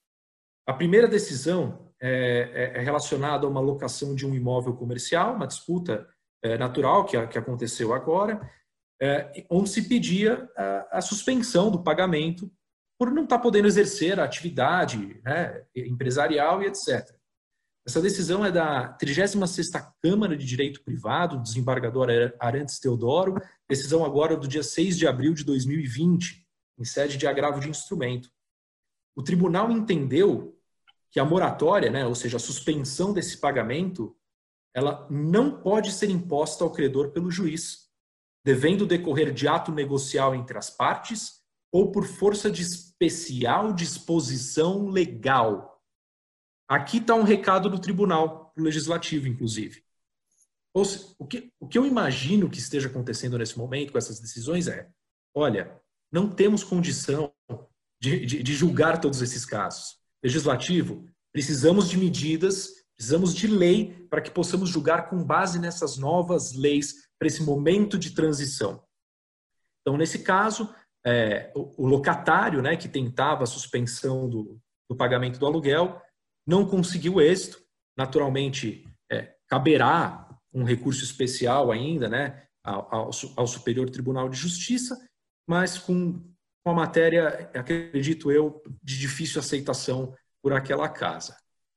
Speaker 3: A primeira decisão é relacionada a uma locação de um imóvel comercial, uma disputa natural que aconteceu agora, onde se pedia a suspensão do pagamento por não estar podendo exercer a atividade, né, empresarial e etc. Essa decisão é da 36ª Câmara de Direito Privado, do desembargador Arantes Teodoro, decisão agora do dia 6 de abril de 2020, em sede de agravo de instrumento. O tribunal entendeu que a moratória, né, ou seja, a suspensão desse pagamento, ela não pode ser imposta ao credor pelo juiz, devendo decorrer de ato negocial entre as partes ou por força de especial disposição legal. Aqui está um recado do tribunal, para o legislativo, inclusive. O que eu imagino que esteja acontecendo nesse momento com essas decisões olha, não temos condição de julgar todos esses casos. Legislativo, precisamos de medidas, precisamos de lei para que possamos julgar com base nessas novas leis para esse momento de transição. Então, nesse caso, o locatário, né, que tentava a suspensão do pagamento do aluguel não conseguiu êxito. Naturalmente, caberá um recurso especial ainda, né, ao Superior Tribunal de Justiça, mas com uma matéria, acredito eu, de difícil aceitação por aquela casa.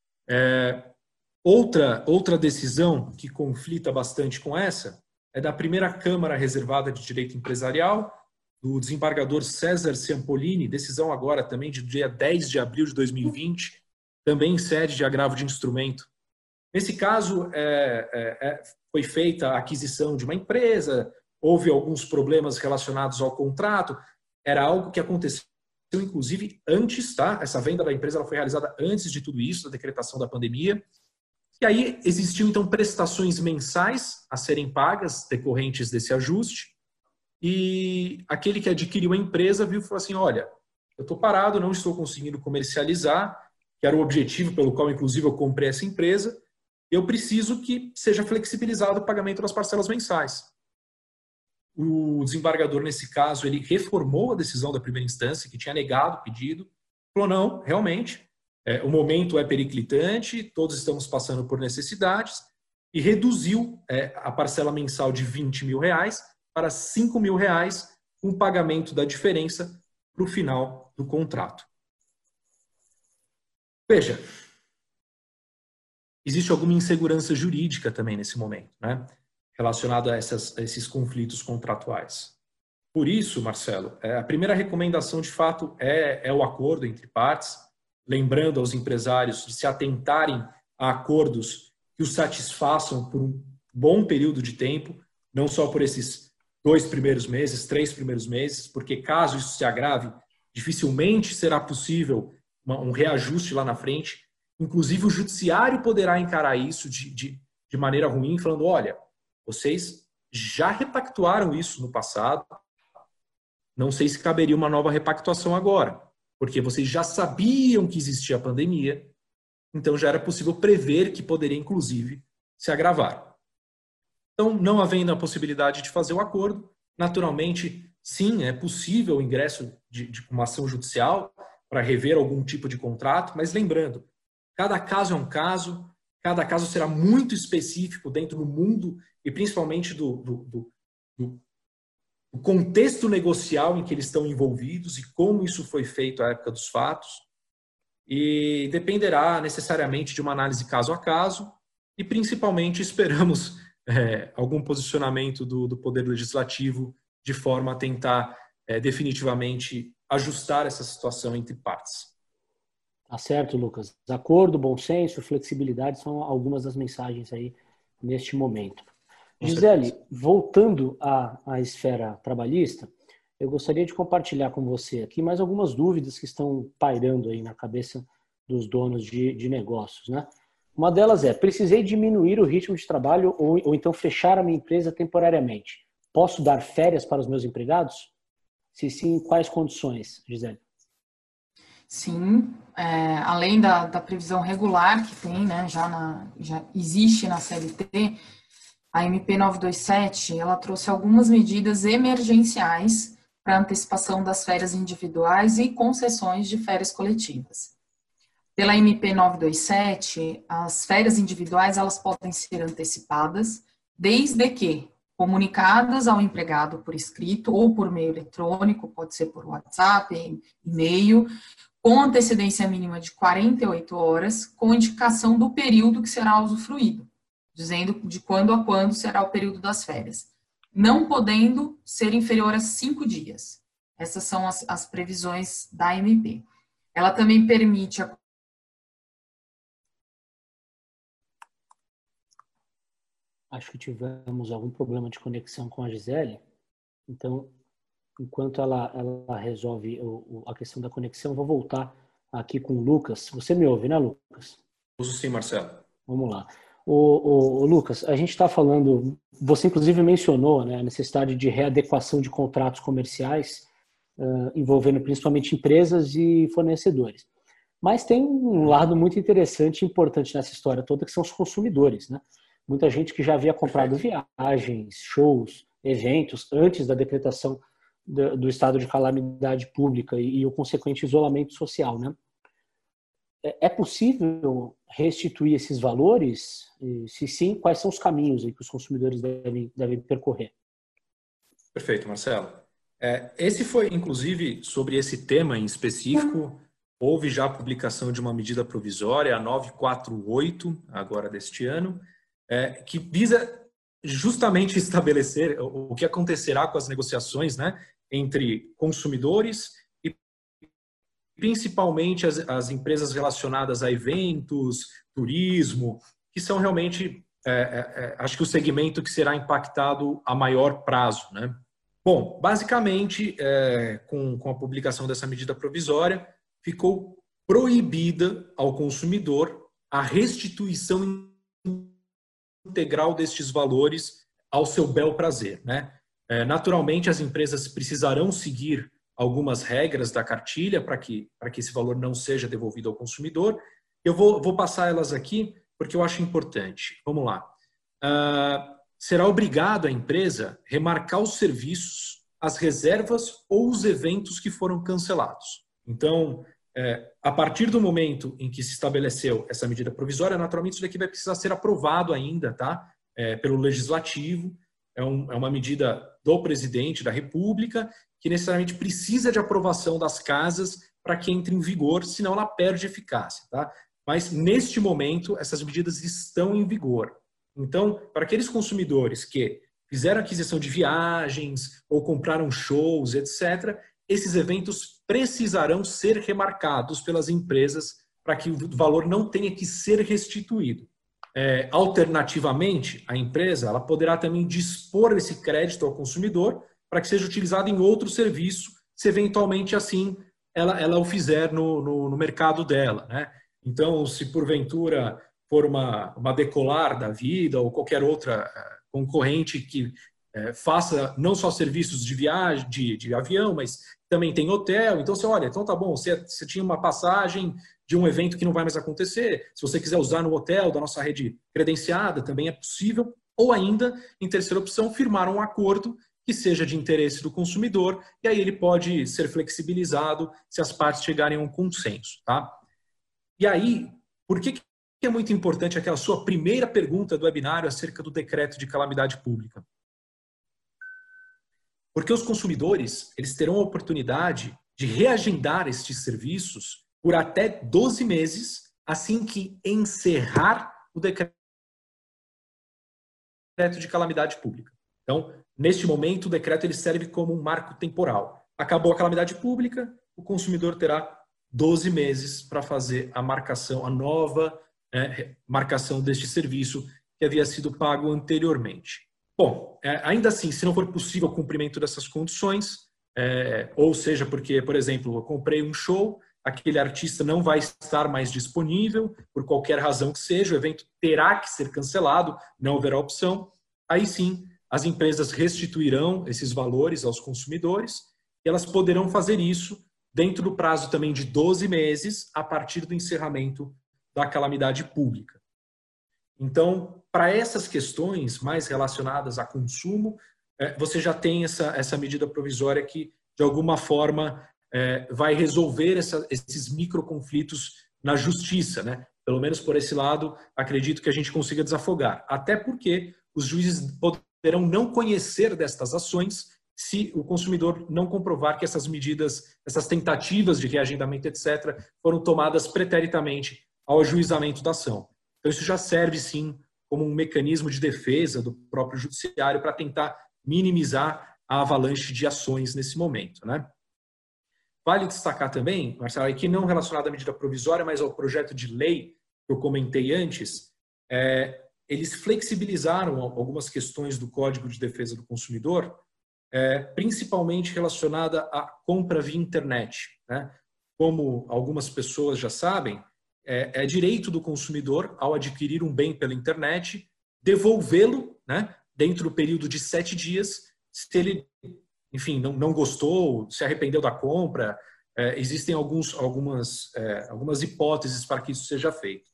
Speaker 3: Outra decisão que conflita bastante com essa é da primeira Câmara Reservada de Direito Empresarial, do desembargador César Ciampolini, decisão agora também de dia 10 de abril de 2020, também em sede de agravo de instrumento. Nesse caso, foi feita a aquisição de uma empresa, houve alguns problemas relacionados ao contrato, era algo que aconteceu, inclusive, antes, tá? Essa venda da empresa ela foi realizada antes de tudo isso, da decretação da pandemia. E aí existiam, então, prestações mensais a serem pagas decorrentes desse ajuste, e aquele que adquiriu a empresa viu e falou assim, olha, eu estou parado, não estou conseguindo comercializar, que era o objetivo pelo qual, inclusive, eu comprei essa empresa, eu preciso que seja flexibilizado o pagamento das parcelas mensais. O desembargador, nesse caso, ele reformou a decisão da primeira instância, que tinha negado o pedido, falou, não, realmente, o momento é periclitante, todos estamos passando por necessidades, e reduziu a parcela mensal de R$ 20.000 para R$ 5.000, com o pagamento da diferença para o final do contrato. Veja, existe alguma insegurança jurídica também nesse momento, né, relacionado a esses conflitos contratuais. Por isso, Marcelo, a primeira recomendação, de fato, é o acordo entre partes, lembrando aos empresários de se atentarem a acordos que os satisfaçam por um bom período de tempo, não só por esses 2 primeiros meses, 3 primeiros meses, porque caso isso se agrave, dificilmente será possível um reajuste lá na frente. Inclusive, o judiciário poderá encarar isso de maneira ruim, falando, olha, vocês já repactuaram isso no passado, não sei se caberia uma nova repactuação agora, porque vocês já sabiam que existia a pandemia, então já era possível prever que poderia, inclusive, se agravar. Então, não havendo a possibilidade de fazer o acordo, naturalmente, sim, é possível o ingresso de uma ação judicial para rever algum tipo de contrato, mas lembrando, cada caso é um caso, cada caso será muito específico dentro do mundo e principalmente do contexto negocial em que eles estão envolvidos e como isso foi feito à época dos fatos. E dependerá necessariamente de uma análise caso a caso e principalmente esperamos algum posicionamento do Poder Legislativo de forma a tentar definitivamente ajustar essa situação entre partes.
Speaker 1: Tá certo, Lucas. Acordo, bom senso, flexibilidade são algumas das mensagens aí neste momento. Gisele, voltando à esfera trabalhista, eu gostaria de compartilhar com você aqui mais algumas dúvidas que estão pairando aí na cabeça dos donos de negócios, né? Uma delas é, precisei diminuir o ritmo de trabalho ou então fechar a minha empresa temporariamente. Posso dar férias para os meus empregados? Se sim, em quais condições, Gisele?
Speaker 2: Sim, além da previsão regular que tem, né, já existe na CLT, a MP 927, ela trouxe algumas medidas emergenciais para antecipação das férias individuais e concessões de férias coletivas. Pela MP 927, as férias individuais elas podem ser antecipadas, desde que comunicadas ao empregado por escrito ou por meio eletrônico, pode ser por WhatsApp, e-mail, com antecedência mínima de 48 horas, com indicação do período que será usufruído, dizendo de quando a quando será o período das férias, não podendo ser inferior a 5 dias. Essas são as previsões da MP. Ela também permite a...
Speaker 1: Acho que tivemos algum problema de conexão com a Gisele, então, enquanto ela resolve a questão da conexão, vou voltar aqui com o Lucas. Você me ouve, né, Lucas?
Speaker 3: Ouço sim, Marcelo.
Speaker 1: Vamos lá. Lucas, a gente está falando, você inclusive mencionou, né, a necessidade de readequação de contratos comerciais, envolvendo principalmente empresas e fornecedores. Mas tem um lado muito interessante e importante nessa história toda, que são os consumidores, né? Muita gente que já havia comprado viagens, shows, eventos, antes da decretação do estado de calamidade pública e o consequente isolamento social, né? É possível restituir esses valores? E, se sim, quais são os caminhos aí que os consumidores devem percorrer?
Speaker 3: Perfeito, Marcelo. Esse foi, inclusive, sobre esse tema em específico, houve já a publicação de uma medida provisória, a 948, agora deste ano, que visa justamente estabelecer o que acontecerá com as negociações, né, entre consumidores e principalmente as empresas relacionadas a eventos, turismo, que são realmente, acho que o segmento que será impactado a maior prazo, né? Bom, basicamente, com a publicação dessa medida provisória, ficou proibida ao consumidor a restituição integral destes valores ao seu bel prazer, né? Naturalmente, as empresas precisarão seguir algumas regras da cartilha para que esse valor não seja devolvido ao consumidor. Eu vou passar elas aqui porque eu acho importante. Vamos lá. Será obrigado a empresa remarcar os serviços, as reservas ou os eventos que foram cancelados. Então, A partir do momento em que se estabeleceu essa medida provisória, naturalmente isso daqui vai precisar ser aprovado ainda, tá? Pelo Legislativo. É uma medida do presidente da República que necessariamente precisa de aprovação das casas para que entre em vigor, senão ela perde eficácia, tá? Mas neste momento essas medidas estão em vigor. Então, para aqueles consumidores que fizeram aquisição de viagens ou compraram shows, etc., esses eventos precisarão ser remarcados pelas empresas para que o valor não tenha que ser restituído. Alternativamente, a empresa ela poderá também dispor esse crédito ao consumidor para que seja utilizado em outro serviço, se eventualmente assim ela o fizer no mercado dela, né? Então, se porventura for uma Decolar da vida ou qualquer outra concorrente que faça não só serviços de viagem, de avião, mas também tem hotel. Então, você olha, então tá bom, você tinha uma passagem de um evento que não vai mais acontecer. Se você quiser usar no hotel da nossa rede credenciada, também é possível. Ou ainda, em terceira opção, firmar um acordo que seja de interesse do consumidor, e aí ele pode ser flexibilizado se as partes chegarem a um consenso, tá? E aí, por que é muito importante aquela sua primeira pergunta do webinário acerca do decreto de calamidade pública? Porque os consumidores, eles terão a oportunidade de reagendar estes serviços por até 12 meses, assim que encerrar o decreto de calamidade pública. Então, neste momento, o decreto ele serve como um marco temporal. Acabou a calamidade pública, o consumidor terá 12 meses para fazer a marcação, a nova marcação deste serviço que havia sido pago anteriormente. Bom, ainda assim, se não for possível o cumprimento dessas condições, ou seja, porque, por exemplo, eu comprei um show, aquele artista não vai estar mais disponível, por qualquer razão que seja, o evento terá que ser cancelado, não haverá opção, aí sim, as empresas restituirão esses valores aos consumidores e elas poderão fazer isso dentro do prazo também de 12 meses a partir do encerramento da calamidade pública. Então, para essas questões mais relacionadas a consumo, você já tem essa medida provisória que, de alguma forma, vai resolver esses microconflitos na justiça, né? Pelo menos por esse lado, acredito que a gente consiga desafogar. Até porque os juízes poderão não conhecer destas ações se o consumidor não comprovar que essas medidas, essas tentativas de reagendamento, etc., foram tomadas preteritamente ao ajuizamento da ação. Então, isso já serve, sim, como um mecanismo de defesa do próprio judiciário para tentar minimizar a avalanche de ações nesse momento, né? Vale destacar também, Marcelo, que não relacionado à medida provisória, mas ao projeto de lei que eu comentei antes, eles flexibilizaram algumas questões do Código de Defesa do Consumidor, principalmente relacionada à compra via internet, né? Como algumas pessoas já sabem, é direito do consumidor, ao adquirir um bem pela internet, devolvê-lo, né, dentro do período de 7 dias, se ele, enfim, não gostou, se arrependeu da compra. Existem algumas hipóteses para que isso seja feito.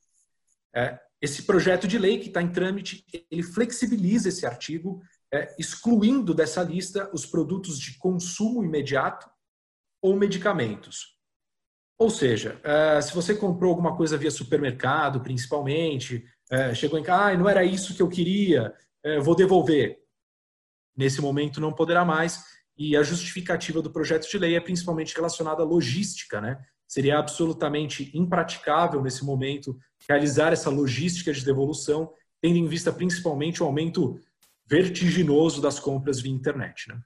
Speaker 3: Esse projeto de lei que está em trâmite, ele flexibiliza esse artigo, excluindo dessa lista os produtos de consumo imediato ou medicamentos. Ou seja, se você comprou alguma coisa via supermercado, principalmente, chegou em casa, não era isso que eu queria, vou devolver. Nesse momento não poderá mais, e a justificativa do projeto de lei é principalmente relacionada à logística, né? Seria absolutamente impraticável nesse momento realizar essa logística de devolução, tendo em vista principalmente o aumento vertiginoso das compras via internet, né?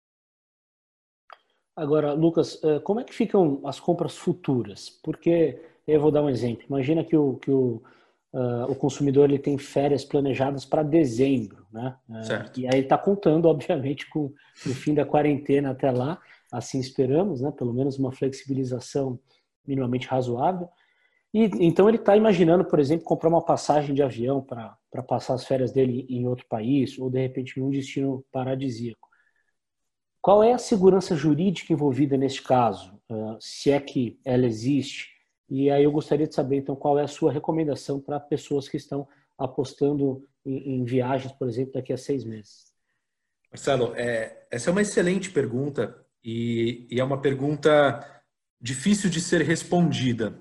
Speaker 1: Agora, Lucas, como é que ficam as compras futuras? Porque, eu vou dar um exemplo. Imagina que o consumidor ele tem férias planejadas para dezembro, né?
Speaker 3: Certo.
Speaker 1: E aí ele está contando, obviamente, com o fim da quarentena até lá, assim esperamos, né? Pelo menos uma flexibilização minimamente razoável. E então ele está imaginando, por exemplo, comprar uma passagem de avião para passar as férias dele em outro país, ou de repente em um destino paradisíaco. Qual é a segurança jurídica envolvida neste caso? Se é que ela existe? E aí eu gostaria de saber, então, qual é a sua recomendação para pessoas que estão apostando em viagens, por exemplo, daqui a 6 meses?
Speaker 3: Marcelo, essa é uma excelente pergunta e é uma pergunta difícil de ser respondida,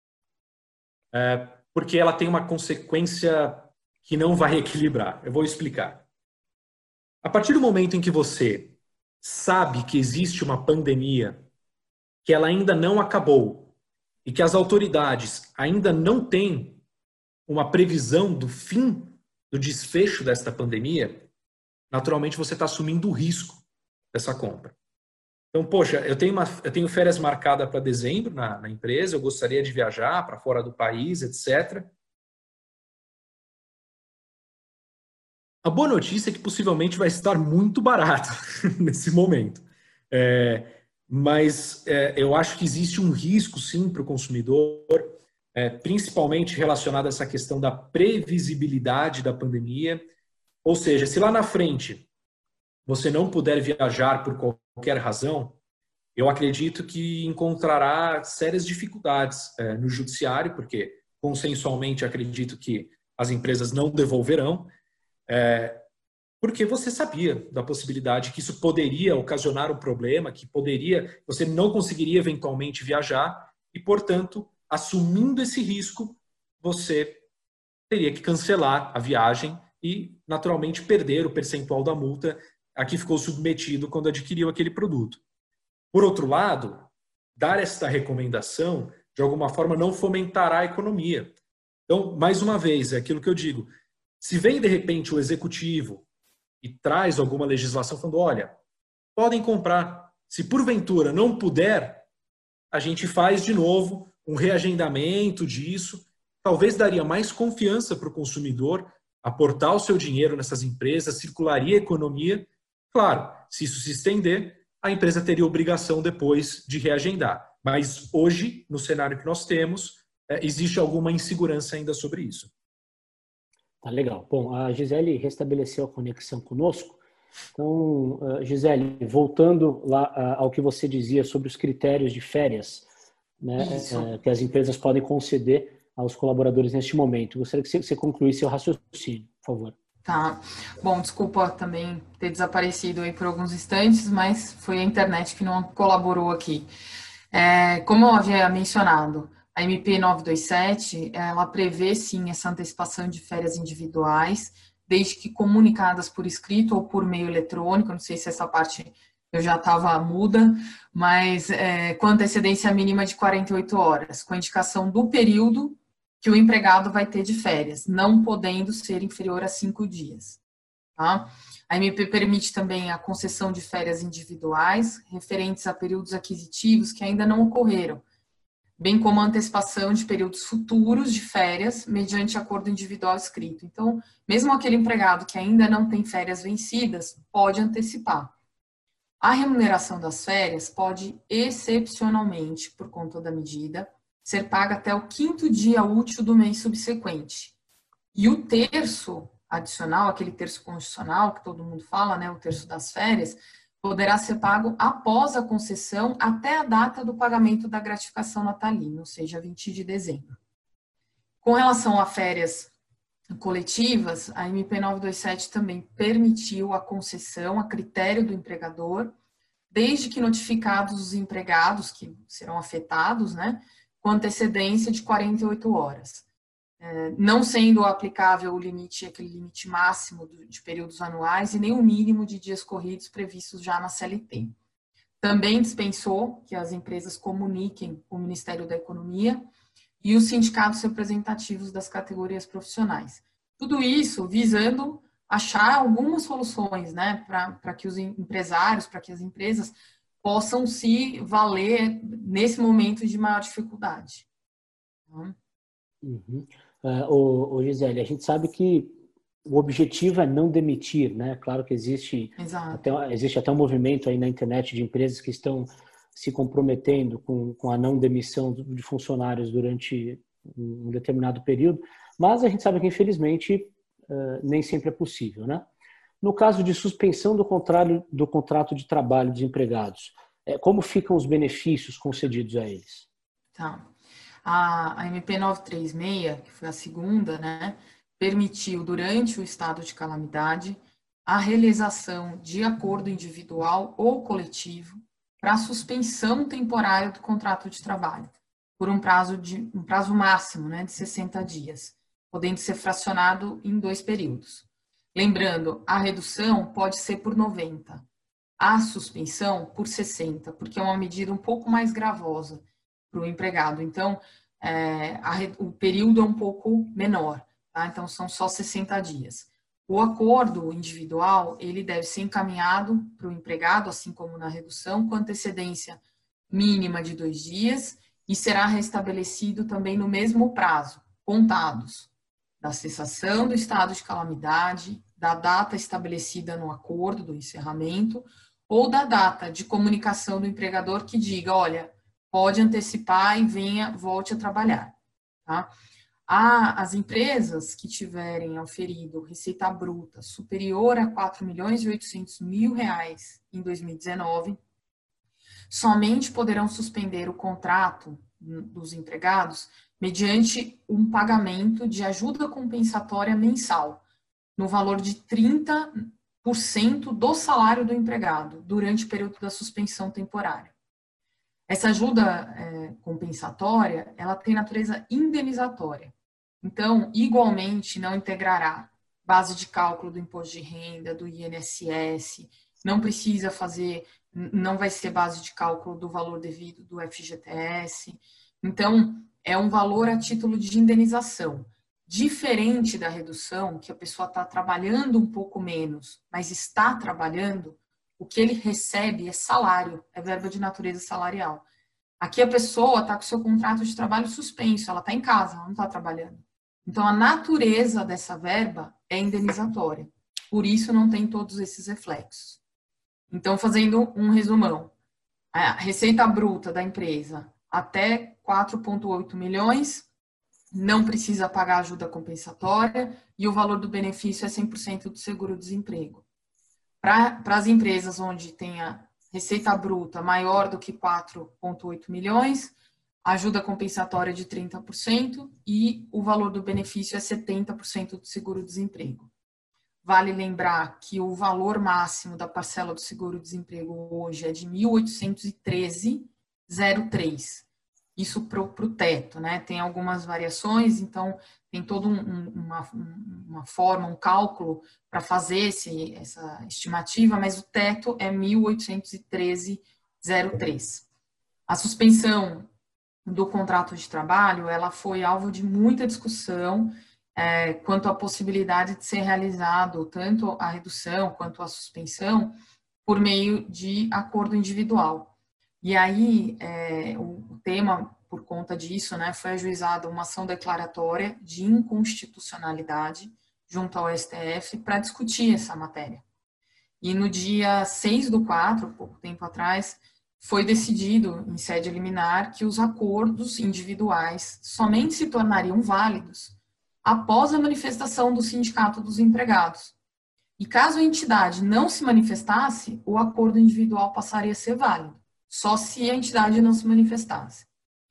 Speaker 3: porque ela tem uma consequência que não vai equilibrar. Eu vou explicar. A partir do momento em que você sabe que existe uma pandemia, que ela ainda não acabou e que as autoridades ainda não têm uma previsão do fim, do desfecho desta pandemia, naturalmente você está assumindo o risco dessa compra. Então, poxa, eu tenho férias marcadas para dezembro na empresa, eu gostaria de viajar para fora do país, etc. A boa notícia é que possivelmente vai estar muito barato nesse momento. Mas eu acho que existe um risco, sim, para o consumidor, principalmente relacionado a essa questão da previsibilidade da pandemia. Ou seja, se lá na frente você não puder viajar por qualquer razão, eu acredito que encontrará sérias dificuldades no judiciário, porque consensualmente acredito que as empresas não devolverão, porque você sabia da possibilidade que isso poderia ocasionar um problema, que você não conseguiria eventualmente viajar e, portanto, assumindo esse risco, você teria que cancelar a viagem e, naturalmente, perder o percentual da multa a que ficou submetido quando adquiriu aquele produto. Por outro lado, dar esta recomendação, de alguma forma, não fomentará a economia. Então, mais uma vez, é aquilo que eu digo, se vem, de repente, o executivo e traz alguma legislação falando, olha, podem comprar, se porventura não puder, a gente faz de novo um reagendamento disso, talvez daria mais confiança para o consumidor aportar o seu dinheiro nessas empresas, circularia a economia. Claro, se isso se estender, a empresa teria obrigação depois de reagendar. Mas hoje, no cenário que nós temos, existe alguma insegurança ainda sobre isso.
Speaker 1: Tá legal. Bom, a Gisele restabeleceu a conexão conosco. Então, Gisele, voltando lá ao que você dizia sobre os critérios de férias, né, que as empresas podem conceder aos colaboradores neste momento. Gostaria que você concluísse seu raciocínio, por favor.
Speaker 2: Tá. Bom, desculpa também ter desaparecido aí por alguns instantes, mas foi a internet que não colaborou aqui. Como eu havia mencionado, a MP 927, ela prevê, sim, essa antecipação de férias individuais, desde que comunicadas por escrito ou por meio eletrônico, não sei se essa parte eu já estava muda, mas com antecedência mínima de 48 horas, com indicação do período que o empregado vai ter de férias, não podendo ser inferior a 5 dias. Tá? A MP permite também a concessão de férias individuais, referentes a períodos aquisitivos que ainda não ocorreram, bem como a antecipação de períodos futuros de férias, mediante acordo individual escrito. Então, mesmo aquele empregado que ainda não tem férias vencidas, pode antecipar. A remuneração das férias pode, excepcionalmente, por conta da medida, ser paga até o 5º dia útil do mês subsequente. E o terço adicional, aquele terço constitucional que todo mundo fala, né, o terço das férias, poderá ser pago após a concessão até a data do pagamento da gratificação natalina, ou seja, 20 de dezembro. Com relação a férias coletivas, a MP 927 também permitiu a concessão a critério do empregador, desde que notificados os empregados que serão afetados, né, com antecedência de 48 horas. Não sendo aplicável aquele limite máximo de períodos anuais e nem o mínimo de dias corridos previstos já na CLT. Também dispensou que as empresas comuniquem o Ministério da Economia e os sindicatos representativos das categorias profissionais. Tudo isso visando achar algumas soluções, né, para que os empresários, para que as empresas possam se valer nesse momento de maior dificuldade.
Speaker 1: Uhum. Gisele, a gente sabe que o objetivo é não demitir, né? Claro que existe até um movimento aí na internet de empresas que estão se comprometendo com a não demissão de funcionários durante um determinado período, mas a gente sabe que, infelizmente, nem sempre é possível, né? No caso de suspensão do contrato de trabalho dos empregados, como ficam os benefícios concedidos a eles?
Speaker 2: Tá. A MP 936, que foi a segunda, né, permitiu, durante o estado de calamidade, a realização de acordo individual ou coletivo para a suspensão temporária do contrato de trabalho, por um prazo máximo, né, de 60 dias, podendo ser fracionado em 2 períodos. Lembrando, a redução pode ser por 90, a suspensão por 60, porque é uma medida um pouco mais gravosa para o empregado. Então, o período é um pouco menor, tá? Então são só 60 dias. O acordo individual, ele deve ser encaminhado para o empregado, assim como na redução, com antecedência mínima de 2 dias e será restabelecido também no mesmo prazo, contados da cessação do estado de calamidade, da data estabelecida no acordo do encerramento ou da data de comunicação do empregador que diga, olha, pode antecipar e volte a trabalhar, tá? As empresas que tiverem auferido receita bruta superior a 4.800.000 reais em 2019, somente poderão suspender o contrato dos empregados mediante um pagamento de ajuda compensatória mensal, no valor de 30% do salário do empregado, durante o período da suspensão temporária. Essa ajuda compensatória, ela tem natureza indenizatória. Então, igualmente, não integrará base de cálculo do imposto de renda, do INSS, não vai ser base de cálculo do valor devido do FGTS. Então, é um valor a título de indenização. Diferente da redução, que a pessoa está trabalhando um pouco menos, mas está trabalhando, o que ele recebe é salário, é verba de natureza salarial. Aqui a pessoa está com o seu contrato de trabalho suspenso, ela está em casa, ela não está trabalhando. Então, a natureza dessa verba é indenizatória. Por isso, não tem todos esses reflexos. Então, fazendo um resumão, a receita bruta da empresa até 4,8 milhões, não precisa pagar ajuda compensatória e o valor do benefício é 100% do seguro-desemprego. Para as empresas onde tenha receita bruta maior do que 4,8 milhões, ajuda compensatória de 30% e o valor do benefício é 70% do seguro-desemprego. Vale lembrar que o valor máximo da parcela do seguro-desemprego hoje é de R$ 1.813,03. Isso para o teto, né? Tem algumas variações, então tem toda uma forma, um cálculo para fazer essa estimativa, mas o teto é 1.813,03. A suspensão do contrato de trabalho, ela foi alvo de muita discussão quanto à possibilidade de ser realizado tanto a redução quanto a suspensão por meio de acordo individual. E aí, o tema, por conta disso, né, foi ajuizada uma ação declaratória de inconstitucionalidade junto ao STF para discutir essa matéria. E no dia 6/4, pouco tempo atrás, foi decidido, em sede liminar, que os acordos individuais somente se tornariam válidos após a manifestação do Sindicato dos Empregados. E caso a entidade não se manifestasse, o acordo individual passaria a ser válido, só se a entidade não se manifestasse.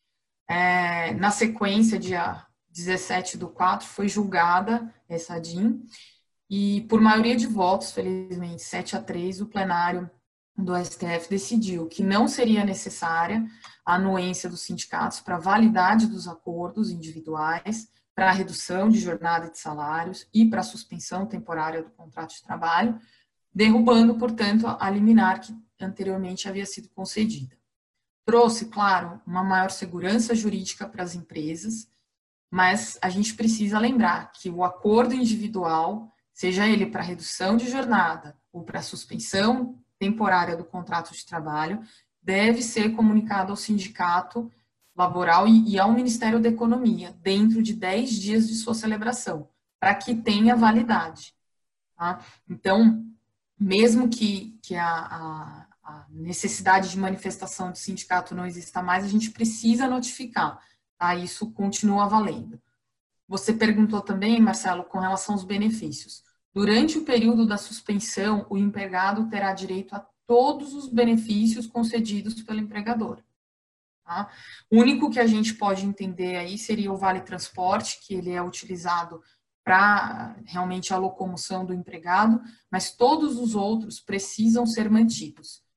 Speaker 2: Na sequência, dia 17/4, foi julgada essa DIN e, por maioria de votos, felizmente 7-3, o plenário do STF decidiu que não seria necessária a anuência dos sindicatos para a validade dos acordos individuais, para a redução de jornada e de salários e para a suspensão temporária do contrato de trabalho, derrubando, portanto, a liminar que anteriormente havia sido concedida. Trouxe, claro, uma maior segurança jurídica para as empresas, mas a gente precisa lembrar que o acordo individual, seja ele para redução de jornada ou para suspensão temporária do contrato de trabalho, deve ser comunicado ao sindicato laboral e ao Ministério da Economia, dentro de 10 dias de sua celebração, para que tenha validade. Tá? Então, mesmo que a necessidade de manifestação do sindicato não exista mais, a gente precisa notificar, tá? Isso continua valendo. Você perguntou também, Marcelo, com relação aos benefícios. Durante o período da suspensão, o empregado terá direito a todos os benefícios concedidos pelo empregador. Tá? O único que a gente pode entender aí seria o Vale Transporte, que ele é utilizado para realmente a locomoção do empregado, mas todos os outros precisam ser mantidos.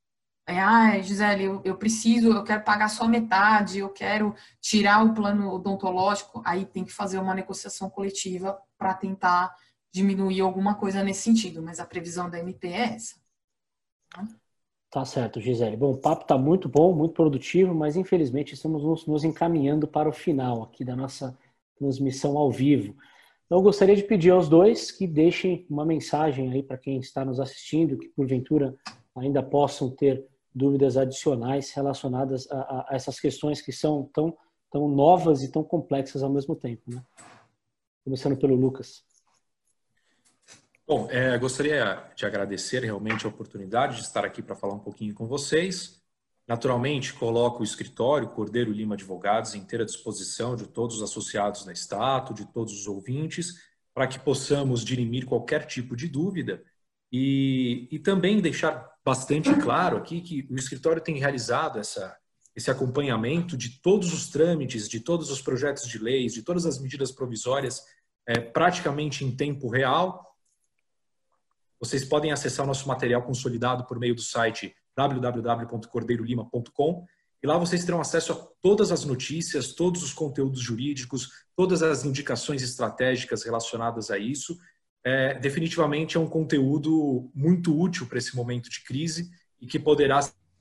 Speaker 2: Gisele, eu quero pagar só metade, eu quero tirar o plano odontológico, aí tem que fazer uma negociação coletiva para tentar diminuir alguma coisa nesse sentido, mas a previsão da MP é essa.
Speaker 1: Tá certo, Gisele. Bom, o papo está muito bom, muito produtivo, mas infelizmente estamos nos encaminhando para o final aqui da nossa transmissão ao vivo. Então, eu gostaria de pedir aos dois que deixem uma mensagem aí para quem está nos assistindo, que porventura ainda possam ter dúvidas adicionais relacionadas a essas questões que são tão novas e tão complexas ao mesmo tempo, né? Começando pelo Lucas.
Speaker 3: Bom, gostaria de agradecer realmente a oportunidade de estar aqui para falar um pouquinho com vocês. Naturalmente, coloco o escritório Cordeiro Lima Advogados à inteira disposição de todos os associados na Stato, de todos os ouvintes, para que possamos dirimir qualquer tipo de dúvida e também deixar bastante claro aqui que o escritório tem realizado esse acompanhamento de todos os trâmites, de todos os projetos de leis, de todas as medidas provisórias, praticamente em tempo real. Vocês podem acessar o nosso material consolidado por meio do site www.cordeirolima.com e lá vocês terão acesso a todas as notícias, todos os conteúdos jurídicos, todas as indicações estratégicas relacionadas a isso. Definitivamente é um conteúdo muito útil para esse momento de crise e que poderá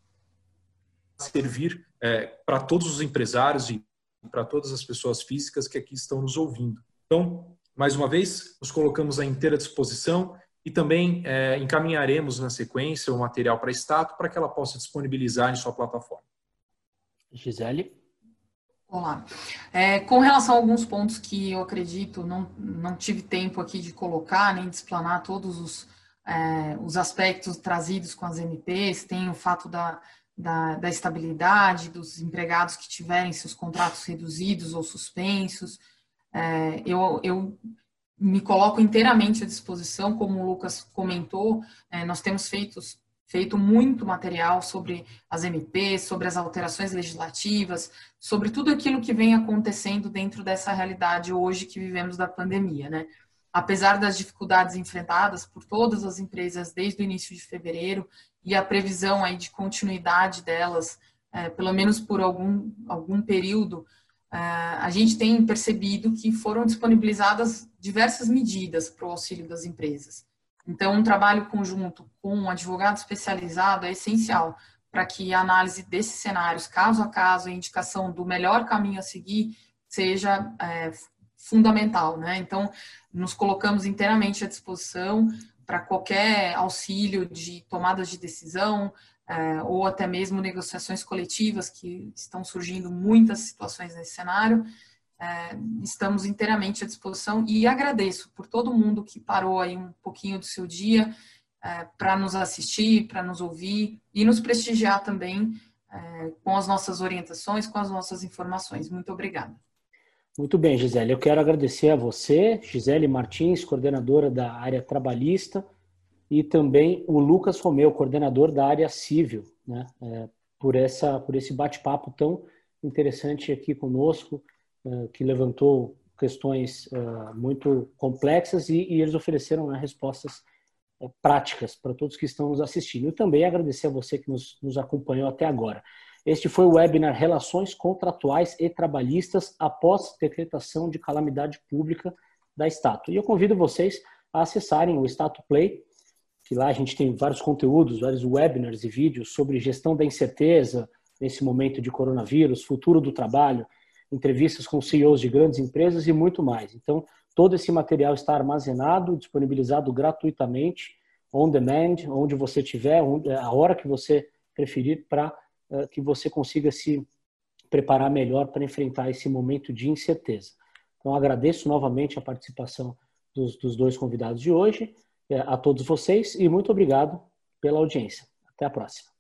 Speaker 3: servir para todos os empresários e para todas as pessoas físicas que aqui estão nos ouvindo. Então, mais uma vez, nos colocamos à inteira disposição e também encaminharemos na sequência o material para a Stato para que ela possa disponibilizar em sua plataforma.
Speaker 1: Gisele?
Speaker 2: Olá. Com relação a alguns pontos que eu acredito, não tive tempo aqui de colocar, nem de explanar todos os aspectos trazidos com as MPs, tem o fato da estabilidade, dos empregados que tiverem seus contratos reduzidos ou suspensos. Eu me coloco inteiramente à disposição, como o Lucas comentou, nós temos feito muito material sobre as MPs, sobre as alterações legislativas, sobre tudo aquilo que vem acontecendo dentro dessa realidade hoje que vivemos da pandemia, né? Apesar das dificuldades enfrentadas por todas as empresas desde o início de fevereiro e a previsão aí de continuidade delas, pelo menos por algum período, a gente tem percebido que foram disponibilizadas diversas medidas para o auxílio das empresas. Então, um trabalho conjunto com um advogado especializado é essencial para que a análise desses cenários, caso a caso, a indicação do melhor caminho a seguir seja fundamental, né? Então, nos colocamos inteiramente à disposição para qualquer auxílio de tomadas de decisão, ou até mesmo negociações coletivas, que estão surgindo muitas situações nesse cenário. Estamos inteiramente à disposição e agradeço por todo mundo que parou aí um pouquinho do seu dia para nos assistir, para nos ouvir e nos prestigiar também com as nossas orientações, com as nossas informações. Muito obrigada.
Speaker 1: Muito bem, Gisele. Eu quero agradecer a você, Gisele Martins, coordenadora da área trabalhista, e também o Lucas Romeu, coordenador da área civil, né, por esse bate-papo tão interessante aqui conosco, que levantou questões muito complexas e eles ofereceram, né, respostas práticas para todos que estão nos assistindo. E também agradecer a você que nos acompanhou até agora. Este foi o webinar Relações Contratuais e Trabalhistas após decretação de calamidade pública da Stato. E eu convido vocês a acessarem o Stato Play, que lá a gente tem vários conteúdos, vários webinars e vídeos sobre gestão da incerteza nesse momento de coronavírus, futuro do trabalho, entrevistas com CEOs de grandes empresas e muito mais. Então, todo esse material está armazenado, disponibilizado gratuitamente, on demand, onde você estiver, a hora que você preferir, para que você consiga se preparar melhor para enfrentar esse momento de incerteza. Então, agradeço novamente a participação dos dois convidados de hoje, a todos vocês, e muito obrigado pela audiência. Até a próxima.